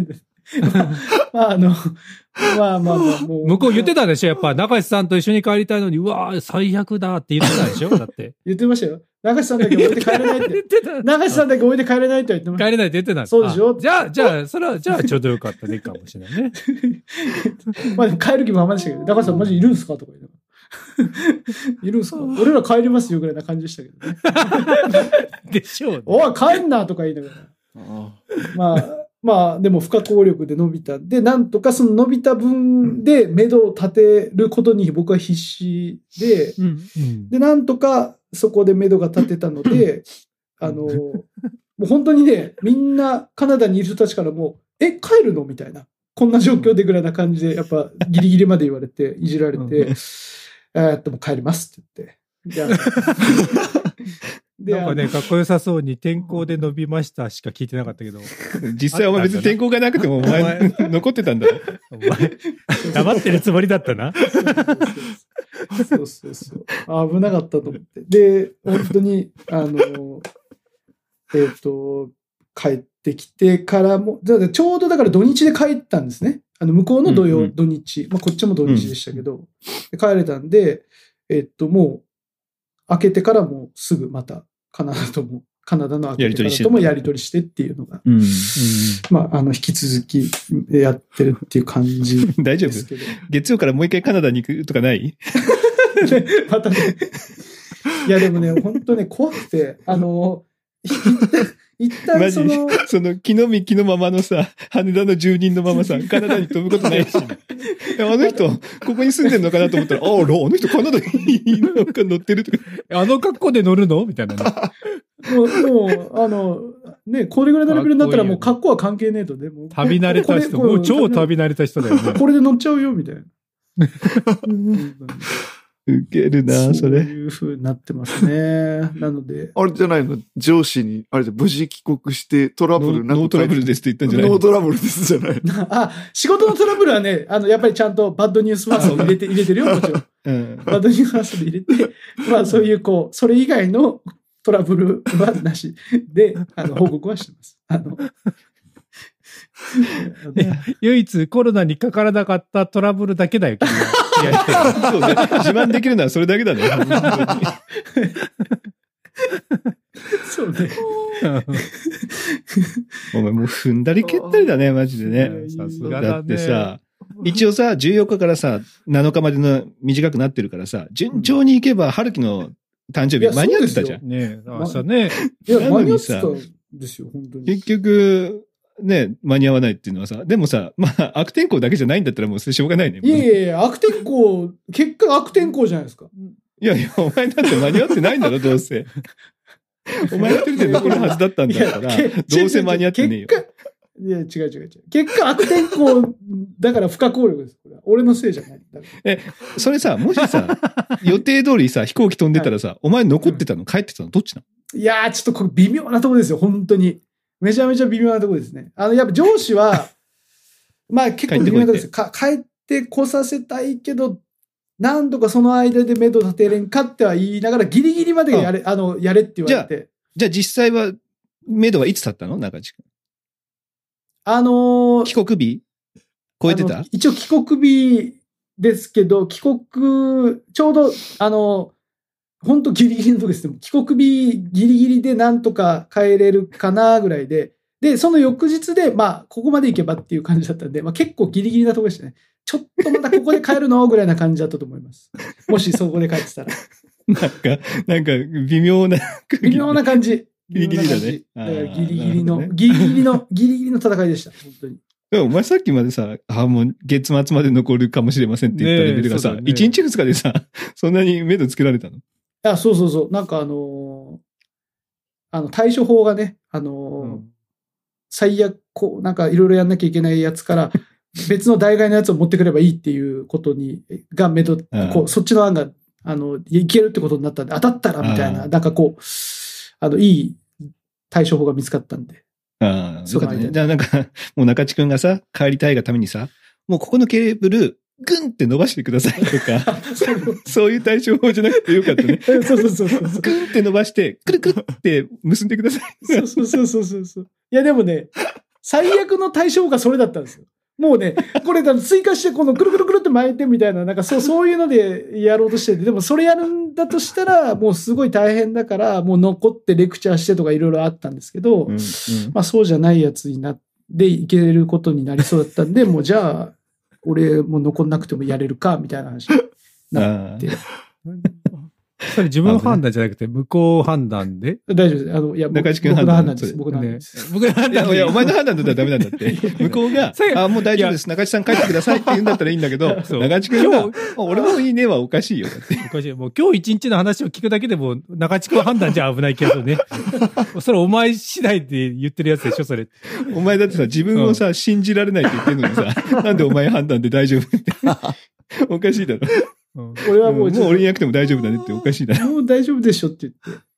もう。 向こう言ってたでしょやっぱ、中石さんと一緒に帰りたいのに、うわー、最悪だって言ってたでしょだって。 言ってましたよ。中石さんだけ置いて帰れないって。中石さんだけ置いて帰れないと言ってました。 帰れないって言ってた。 そうでしょじゃあ、それは、ちょうどよかったねかもしれないね。 まあでも帰る気もあんまでしたけど、中石さんマジいるんすかとか言って。いるんすか俺ら帰りますよぐらいな感じでしたけどね。 でしょうね。 おい、帰んなとか言いながら。まあ、でも不可抗力で伸びた。で、なんとかその伸びた分で目処を立てることに僕は必死で、で、なんとかそこで目処が立てたので、もう本当にね、みんなカナダにいる人たちからも、帰るのみたいな。こんな状況でぐらいな感じで、やっぱギリギリまで言われて、いじられて、もう帰りますって言って。 なんかね、かっこよさそうに天候で伸びましたしか聞いてなかったけど。 実際お前別に天候がなくてもお前残ってたんだろ。 お前、黙ってるつもりだったな。 そうそうそう。危なかったと思って。で、本当に、帰ってきてからも、ちょうどだから土日で帰ったんですね。向こうの土日。まあ、こっちも土日でしたけど、帰れたんで、もう、開けてからもうすぐまたカナダの開けてからともやり取りしてっていうのが、まあ、引き続きやってるっていう感じですけど。 大丈夫？月曜からもう一回カナダに行くとかない？ またね。いや、でもね、本当ね、怖くて、一旦その木の実木のままのさ、羽田の住人のままさ、カナダに飛ぶことないし。あの人、ここに住んでんのかなと思ったら、あの人カナダになんか乗ってるとか。 あの格好で乗るのみたいなね。 もう、ね、これぐらいのレベルになったらもう格好は関係ねえとね。もう旅慣れた人、もう超旅慣れた人だよね。 これで乗っちゃうよ、みたいな。 ウケるな、それ。 そういう風になってますね。なので。 あれじゃないの？上司に、あれじゃ無事帰国してトラブルなくノートラブルですって言ったんじゃないの？ ノートラブルですじゃないあ、仕事のトラブルはね、やっぱりちゃんとバッドニュースファーストで入れてるよ、もちろん。バッドニュースファーストで入れて、まあそういうそれ以外のトラブルはなしで、報告はしてます。 唯一コロナにかからなかったトラブルだけだよ、君は。 そうね。自慢できるのはそれだけだね。 そうね。 お前もう踏んだり蹴ったりだね、マジでね。 さすがだってさ、一応さ、14日からさ、7日までの短くなってるからさ、順調に行けば春樹の誕生日間に合ってたじゃん。 ねえ、明日ね。 いや、間に合ってたんですよ、本当に。 結局、ね、間に合わないっていうのはさ、でもさ、まあ、悪天候だけじゃないんだったらもうそれしょうがないね。 いやいやいや、悪天候、結果悪天候じゃないですか。 いやいや、お前だって間に合ってないんだろ、どうせ。お前一人で残るはずだったんだから、どうせ間に合ってねえよ。 いや、違う。結果悪天候だから不可抗力です。俺のせいじゃない。 それさ、もしさ、予定通りさ、飛行機飛んでたらさ、お前残ってたの帰ってたのどっちなの？ いやー、ちょっとこれ微妙なとこですよ、本当に。めちゃめちゃ微妙なところですね。やっぱ上司は、まあ結構微妙なところです。帰ってこさせたいけど、何とかその間で目処立てれんかっては言いながら、ギリギリまでやれって言われて。 じゃあ実際は、目処はいつ立ったの？中地君。帰国日超えてた？ 一応帰国日ですけど、ちょうど、本当ギリギリのとこですね。帰国日ギリギリでなんとか帰れるかなぐらいで、で、その翌日で、まあ、ここまで行けばっていう感じだったんで、まあ結構ギリギリなとこでしたね。ちょっとまたここで帰るのぐらいな感じだったと思います。もしそこで帰ってたら。 なんか微妙な感じ。 ギリギリだね。 だからギリギリの戦いでした。本当に。 でもお前さっきまでさ、もう月末まで残るかもしれませんって言ったレベルがさ、1日2日でさ、そんなに目処つけられたの？ そう。なんか対処法がね、最悪、なんかいろいろやんなきゃいけないやつから、別の代替のやつを持ってくればいいっていうことがそっちの案が、いけるってことになったんで、当たったらみたいな、なんかいい対処法が見つかったんで。 そうかね。じゃあなんか、もう中地くんがさ、帰りたいがためにさ、もうここのケーブル、グンって伸ばしてくださいとか、そういう対処法じゃなくてよかったね。 そう。 グンって伸ばして、くるくるって結んでください。 そう。いやでもね、最悪の対処法がそれだったんですよ。もうね、これ追加してこのくるくるくるって巻いてみたいな、なんかそういうのでやろうとしてて、でもそれやるんだとしたら、もうすごい大変だから、もう残ってレクチャーしてとかいろいろあったんですけど、まあそうじゃないやつになっていけることになりそうだったんで、もうじゃあ、俺も残んなくてもやれるか、みたいな話になって。 それ自分判断じゃなくて、向こう判断で大丈夫です。いや、 中地君僕の判断です。僕の判断です。 僕の判断いや、お前の判断だったらダメなんだって。向こうが、もう大丈夫です。中地さん帰ってくださいって言うんだったらいいんだけど、中地君が、俺もいいねはおかしいよ。 おかしい。もう今日一日の話を聞くだけでも、中地君判断じゃ危ないけどね。それお前次第で言ってるやつでしょ、それ。 お前だってさ、自分をさ、信じられないって言ってるのにさ、なんでお前判断で大丈夫って。おかしいだろ。 俺はもう俺いなくても大丈夫だねっておかしいだろ。 もう大丈夫でしょって言って。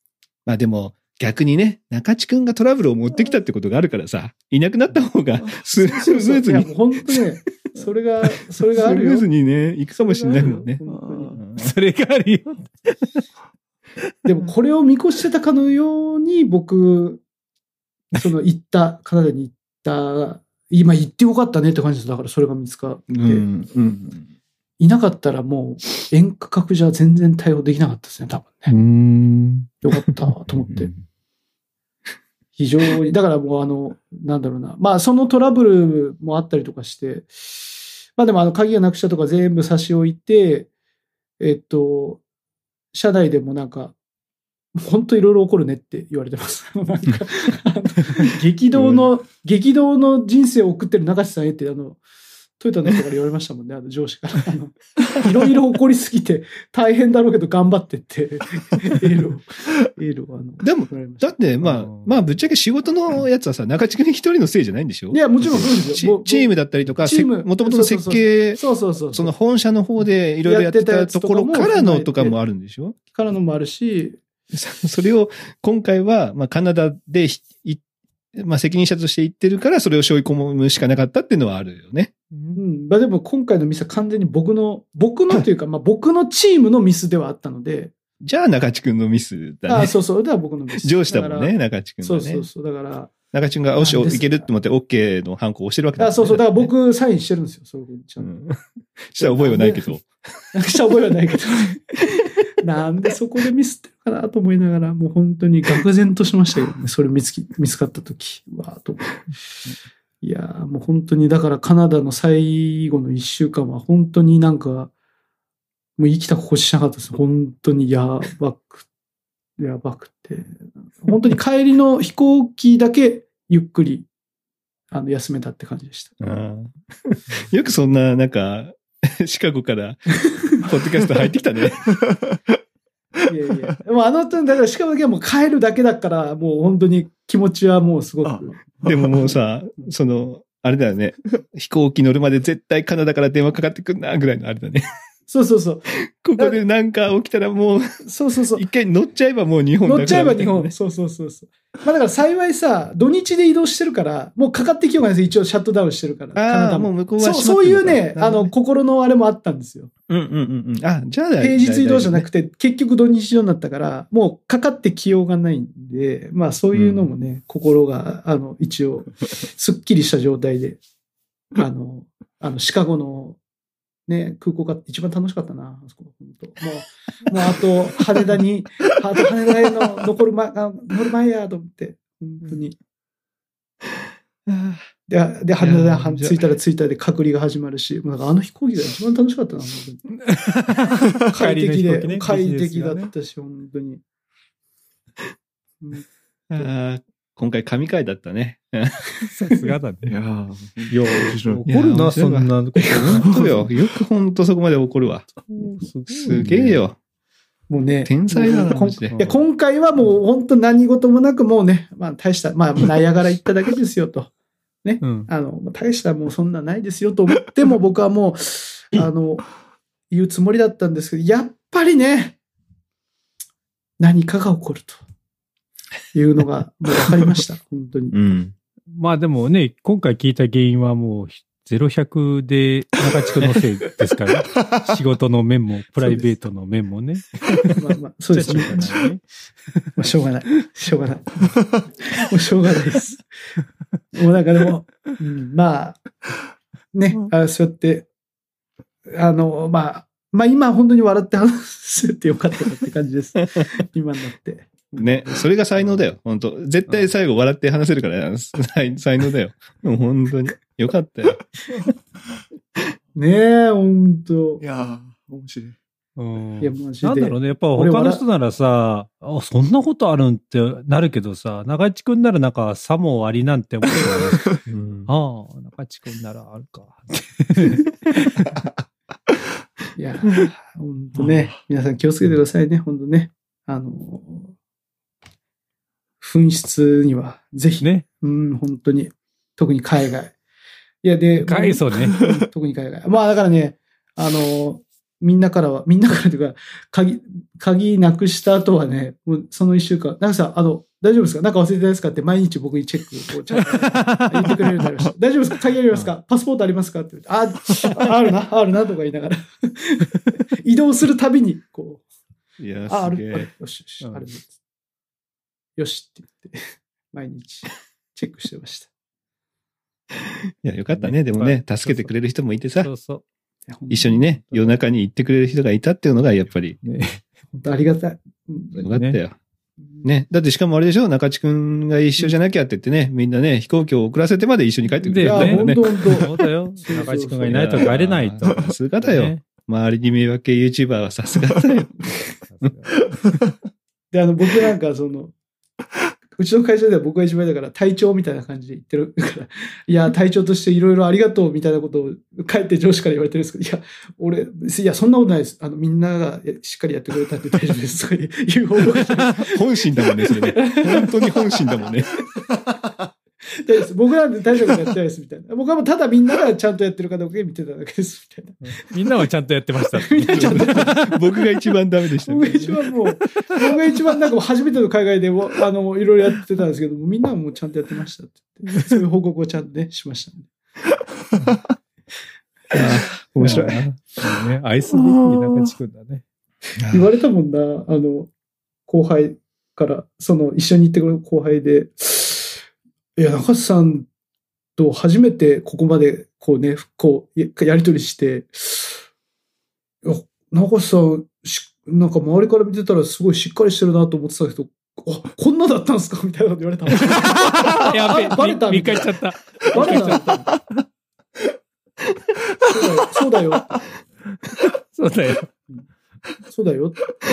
まあでも、逆にね、中地くんがトラブルを持ってきたってことがあるからさ、いなくなった方がスムーズに。 いや、本当ね、それがあるよ。スムーズにね、行くかもしれないもんね。 それがあるよ。 でもこれを見越してたかのように、僕、カナダに行った、今行ってよかったねって感じです。だからそれが見つかって。いなかったらもう遠隔じゃ全然対応できなかったですね、多分ね。よかったと思って。非常に、だからもうなんだろうな。まあそのトラブルもあったりとかして、まあでも鍵がなくしたとか全部差し置いて、社内でもなんか、本当いろいろ起こるねって言われてます。なんか激動の人生を送ってる中地さんへってトヨタの人から言われましたもんね、上司から。いろいろ起こりすぎて大変だろうけど頑張ってって、エールをでも、だって、まあ、ぶっちゃけ仕事のやつはさ、中地君一人のせいじゃないんでしょ？ いや、もちろんそうですよ。 チームだったりとか、もともとの設計、その本社の方でいろいろやってたところからのとかもあるんでしょ？ からのもあるし、 それを今回は、まあ、カナダでまあ、責任者として言ってるから、それを背負い込むしかなかったっていうのはあるよね。 まあでも今回のミスは完全に僕のというか、まあ僕のチームのミスではあったので。 じゃあ中地君のミスだね。 そう。では僕のミス。 上司だもんね、中地君がね。 そう。だから。 中地君が、いけるって思って OK のハンコを押してるわけだ、ね。 そう。だから僕サインしてるんですよ、そういうふうに。 した覚えはないけど。 した覚えはないけど。なんでそこでミスってるかなと思いながら、もう本当に愕然としましたけどね、それ見つかった時は、と。いやー、もう本当に、だからカナダの最後の1週間は本当になんか、もう生きた心地しなかったです。本当にやばくて。本当に帰りの飛行機だけゆっくり、休めたって感じでした。 よくそんな、なんか、シカゴから、ポッドキャスト入ってきたね。 いや。でもだからシカゴだけはもう帰るだけだから、もう本当に気持ちはもうすごく。 でももうさ、あれだよね。飛行機乗るまで絶対カナダから電話かかってくんな、ぐらいのあれだね。 そう。 ここでなんか起きたらもう、 そう。 一回乗っちゃえばもう日本だから、ね。乗っちゃえば日本。そう。まあだから幸いさ、土日で移動してるから、もうかかってきようがないです。一応シャットダウンしてるから。カナダもう向こうはそういうね、心のあれもあったんですよ。 じゃあ平日移動じゃなくて、結局土日移動になったから、もうかかってきようがないんで、まあそういうのもね、心が、一応、すっきりした状態で、シカゴの、ね、空港が一番楽しかったな、あそこ。本当もうあと、羽田への乗る前やと思って、本当に。で、羽田着いたら着いたで隔離が始まるし、なんか飛行機が一番楽しかったな、本当に。快適だったし、本当に。 今回神回だったね。 さすがだね。 いや怒るな、そんなこと。 本当よ。よく本当そこまで怒るわ。すげえよ。 もうね。 天才だな、マジで。 いや、今回はもう本当何事もなくもうね、まあ大した、まあナイアガラ行っただけですよと。ね。大したもうそんなないですよと思っても僕はもう、言うつもりだったんですけど、やっぱりね、何かが起こると。いうのがもう分かりました。本当に。 まあでもね、今回聞いた原因はもう0-100で中地区のせいですから、仕事の面もプライベートの面もね。 まあ、そうですね。しょうがない。もうしょうがないです。もうなんかでも、まあ、ね、そうやって、まあ今本当に笑って話せてよかったなって感じです。今になって。 ね、それが才能だよ、本当絶対最後笑って話せるから、才能だよ。もう本当に。よかったよ。 ねえ、本当いやー、面白い。 いや、マジで。 なんだろうね。やっぱ他の人ならさ、そんなことあるんってなるけどさ、中地くんならなんかさもありなんて思ってる、ああ、中地くんならあるか。 いや、本当ね。皆さん気をつけてくださいね、本当ね。紛失には、ぜひ、ね。本当に。特に海外。いや、で、 そうね。 特に海外。まあ、だからね、 みんなからというか、鍵なくした後はね、もうその一週間、なんかさ、大丈夫ですかなんか忘れてないですかって毎日僕にチェックをちゃんと言ってくれるようになりました。大丈夫ですか鍵ありますかパスポートありますかって言って、あるなとか言いながら。移動するたびに、こう。 いや、 あすげえ。 る。よし、ある。よしって言って、毎日チェックしてました。 いや、よかったね。でもね、助けてくれる人もいてさ、 そうそう。 一緒にね、夜中に行ってくれる人がいたっていうのが、やっぱり。 ね、本当ありがたい。 よかったよ。ね。だってしかもあれでしょ中地くんが一緒じゃなきゃって言ってね、みんなね、飛行機を遅らせてまで一緒に帰ってくれるんだよね。 本当。 そうだよ。中地くんがいないと帰れないと。 さすがだよ。周りに迷惑系 YouTuber はさすがだよ。 で、僕なんかうちの会社では僕が一番だから隊長みたいな感じで言ってるから、いや、隊長としていろいろありがとうみたいなことを帰って上司から言われてるんですけど、いや、そんなことないです。みんながしっかりやってくれたんで大丈夫です。とかいう方法本心だもんね、それね。本当に本心だもんね。 僕なんで大丈夫やってないですみたいな。僕はもうただみんながちゃんとやってるかどうか見てただけですみたいな。 みんなはちゃんとやってました。 みんなちゃんとやってました。 僕が一番ダメでした、ね。 僕が一番なんか初めての海外でいろいろやってたんですけど、みんなはもうちゃんとやってましたって言って。そういう報告をちゃんとね、しましたね。 面白い。 愛すべき中地君だね。 言われたもんな、後輩から、一緒に行ってくる後輩で、いや、中津さんと初めてここまでこうね、やりとりして、いや、中津さん、なんか周りから見てたらすごいしっかりしてるなと思ってたけど、こんなだったんですかみたいなこと言われた。 やべえ、 バレたびっくりしちゃった。 バレた。そうだよ。 そうだよ。 そうだよ。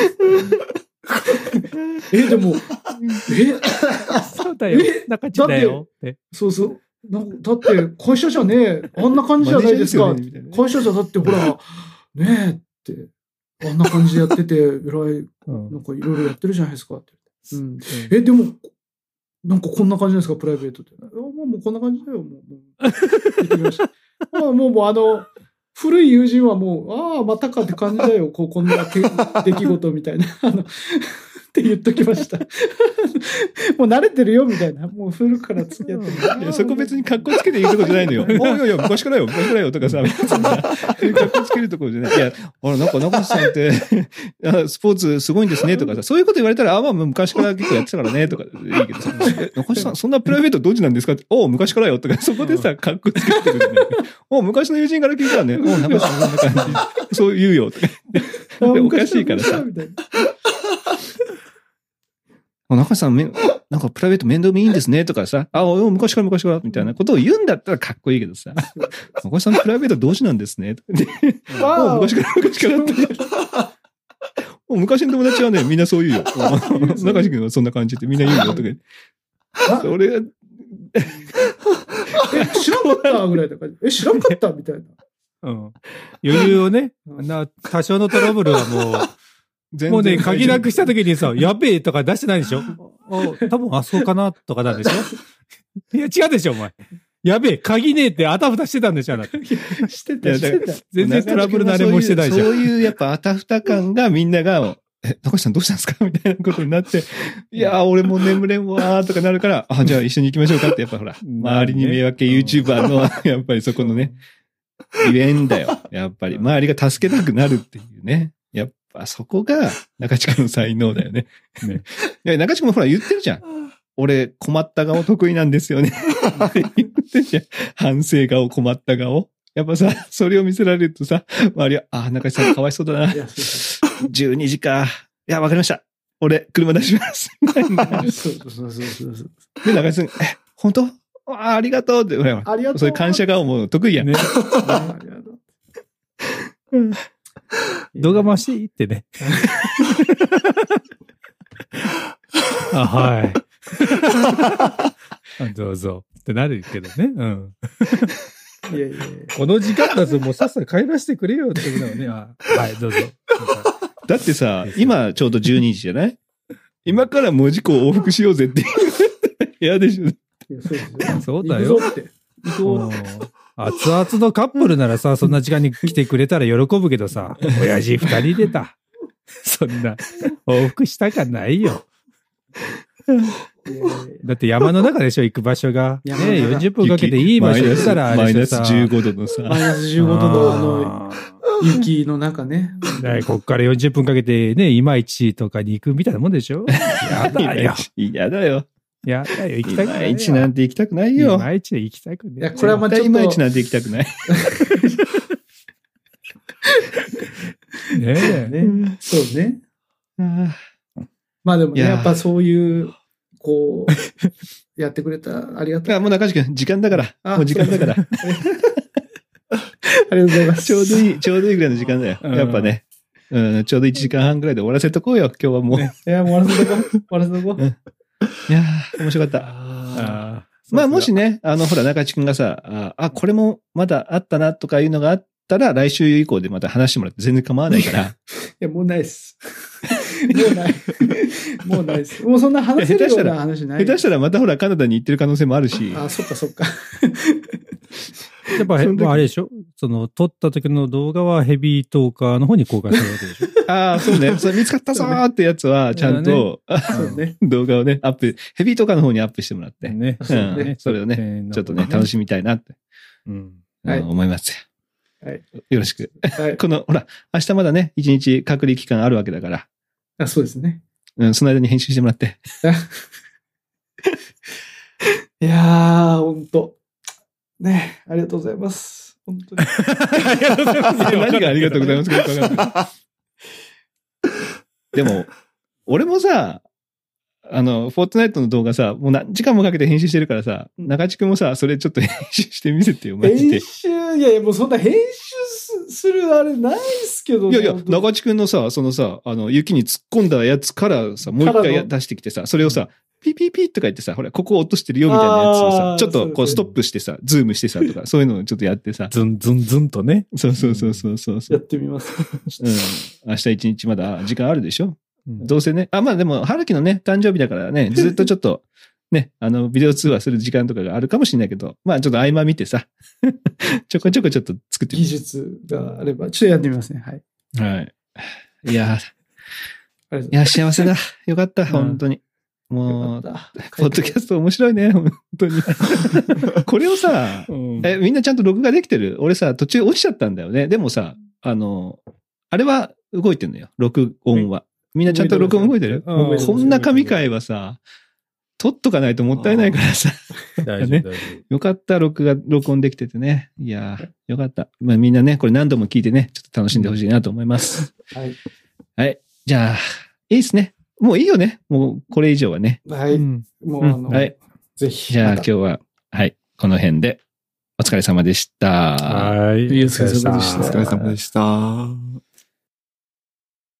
でも、 そうだよ。中地だよ。 そうそう。だって会社じゃねあんな感じじゃないですか。会社じゃだってほら、ねえって、あんな感じでやってて、偉い、なんかいろいろやってるじゃないですかって。でも、なんかこんな感じですか、プライベートって。もうこんな感じだよ、もう。言ってきました。もう古い友人はもう、またかって感じだよ、こんな出来事みたいな。って言っときました。もう慣れてるよ、みたいな。もう古くから付き合ってる。 いや、そこ別に格好つけて言うとこじゃないのよ。いや、昔からよとかさ、格好つけるところじゃない。いや、なんか中瀬さんって、スポーツすごいんですね、とかさ、そういうこと言われたら、昔から結構やってたからね、とかいいけどさ、中瀬さん、そんなプライベートどっちなんですかって、昔からよ、とか、そこでさ、格好つけてくるね。昔の友人から聞いたらね、中瀬さんそんな感じ。そう言うよ、とか。おかしいからさ。中さん、なんかプライベート面倒見いいんですねとかさ、昔からみたいなことを言うんだったらかっこいいけどさ、中さんプライベート同時なんですねとか昔からって。昔の友達はね、みんなそう言うよ。中地君はそんな感じってみんな言うよとか。それが、 知らんかったぐらいだから、知らんかったみたいな。 余裕をね、多少のトラブルはもうね、鍵なくした時にさ、やべえとか出してないでしょ多分あそこかなとかなんでしょいや、違うでしょ、お前。やべえ、鍵ねえってあたふたしてたんでしょしてた。 全然トラブル慣れもしてないじゃん。 そういうやっぱあたふた感がみんなが、中地さんどうしたんですかみたいなことになって、いや俺も眠れんわーとかなるから、じゃあ一緒に行きましょうかって、やっぱほら、周りに迷惑系 YouTuber の、やっぱりそこのね、ゆえんだよ。やっぱり、周りが助けたくなるっていうね。やっぱそこが中地君の才能だよね。中地君もほら言ってるじゃん。俺困った顔得意なんですよね。って言ってるじゃん。反省顔、困った顔。やっぱさ、それを見せられるとさ、周りは、中地さんかわいそうだな。12時か。いや、わかりました。俺、車出します。みたいな。そう。で、中地さん、本当ありがとうって、ほら、そういう感謝顔も得意やん。ね。ありがとう。 動画回していいってね。はい。どうぞ。ってなるけどね。 いやこの時間だぞ、もうさっさと帰らせてくれよっていうのはね。はい、どうぞ。 だってさ、今ちょうど12時じゃない？今から門司港往復しようぜっていう部屋でしょ。 そうだよ。 熱々のカップルならさ、そんな時間に来てくれたら喜ぶけどさ、親父二人出た。そんな、往復したかないよ。だって山の中でしょ、行く場所が。ね、40分かけていい場所行ったらあれさ。 マイナス15度のさ。 マイナス15度の雪の中ね。 こっから40分かけてね、今市とかに行くみたいなもんでしょ。やだよ。 やだよ。 やだよ、行きたくない。 今市なんて行きたくないよ。 今市で行きたくない。 いや、これはまあちょっと。 今市なんて行きたくない。 ねえ。 そうね。まあでもね、やっぱそういう、こう、やってくれた、ありがたい。 もう中地君、時間だから。もう時間だから。 ありがとうございます。 ちょうどいいぐらいの時間だよ。やっぱね。ちょうど1時間半ぐらいで終わらせとこうよ、今日はもう。いや、終わらせとこう。 いやー、面白かった。まあもしね、ほら、中地君がさ、これもまだあったなとかいうのがあったら、来週以降でまた話してもらって全然構わないから。 いや、もうないっす。もうないっす。もうそんな話せるような話ない。 下手したらまたほら、カナダに行ってる可能性もあるし。 そっかそっか。 やっぱ、あれでしょ、撮った時の動画はヘビートーカーの方に公開するわけでしょ。 そうね。それ見つかったぞーってやつは、ちゃんと、動画をね、ヘビートーカーの方にアップしてもらって。ね。それをね、ちょっとね、楽しみたいなって、思いますよ。はい。よろしく。この、ほら、明日まだね、1日隔離期間あるわけだから。 そうですね。 その間に編集してもらって。 いやー、ほんと。ね、ありがとうございます。本当に。 何がありがとうございますかでも、俺もさ、フォートナイトの動画さ、もう何時間もかけて編集してるからさ、中地君もさ、それちょっと編集してみせてよ、マジで。 編集、いやいや、もうそんな編集するあれないっすけど。 いやいや、中地君のさ、雪に突っ込んだやつからさ、もう一回出してきてさ、それをさ、ピピピとか言ってさ、ほら、ここ落としてるよみたいなやつをさ、ちょっとこうストップしてさ、ズームしてさとか、そういうのをちょっとやってさ。 ズンズンズンとね。 そう。 やってみます。 明日一日まだ時間あるでしょ。どうせね。まあでも、春樹のね、誕生日だからね、ずっとちょっと、ね、ビデオ通話する時間とかがあるかもしれないけど、まあちょっと合間見てさ、ちょこちょこちょっと作ってみ技術があれば、ちょっとやってみますね。はい。 はい。いや、幸せだ。よかった、本当に。もう、ポッドキャスト面白いね、本当に。これをさ、みんなちゃんと録画できてる？俺さ、途中落ちちゃったんだよね。でもさ、あれは動いてんのよ、録音は。みんなちゃんと録音動いてる？こんな神回はさ、撮っとかないともったいないからさ。ね、よかった、録音できててね。いやー、よかった。まあみんなね、これ何度も聞いてね、ちょっと楽しんでほしいなと思います。 はい。 はい。じゃあ、いいですね。もういいよね。もうこれ以上はね。 はい。もうはい。 ぜひ。 じゃあ今日は、はい。この辺でお疲れ様でした。 はい。 お疲れ様でした。 お疲れ様でした。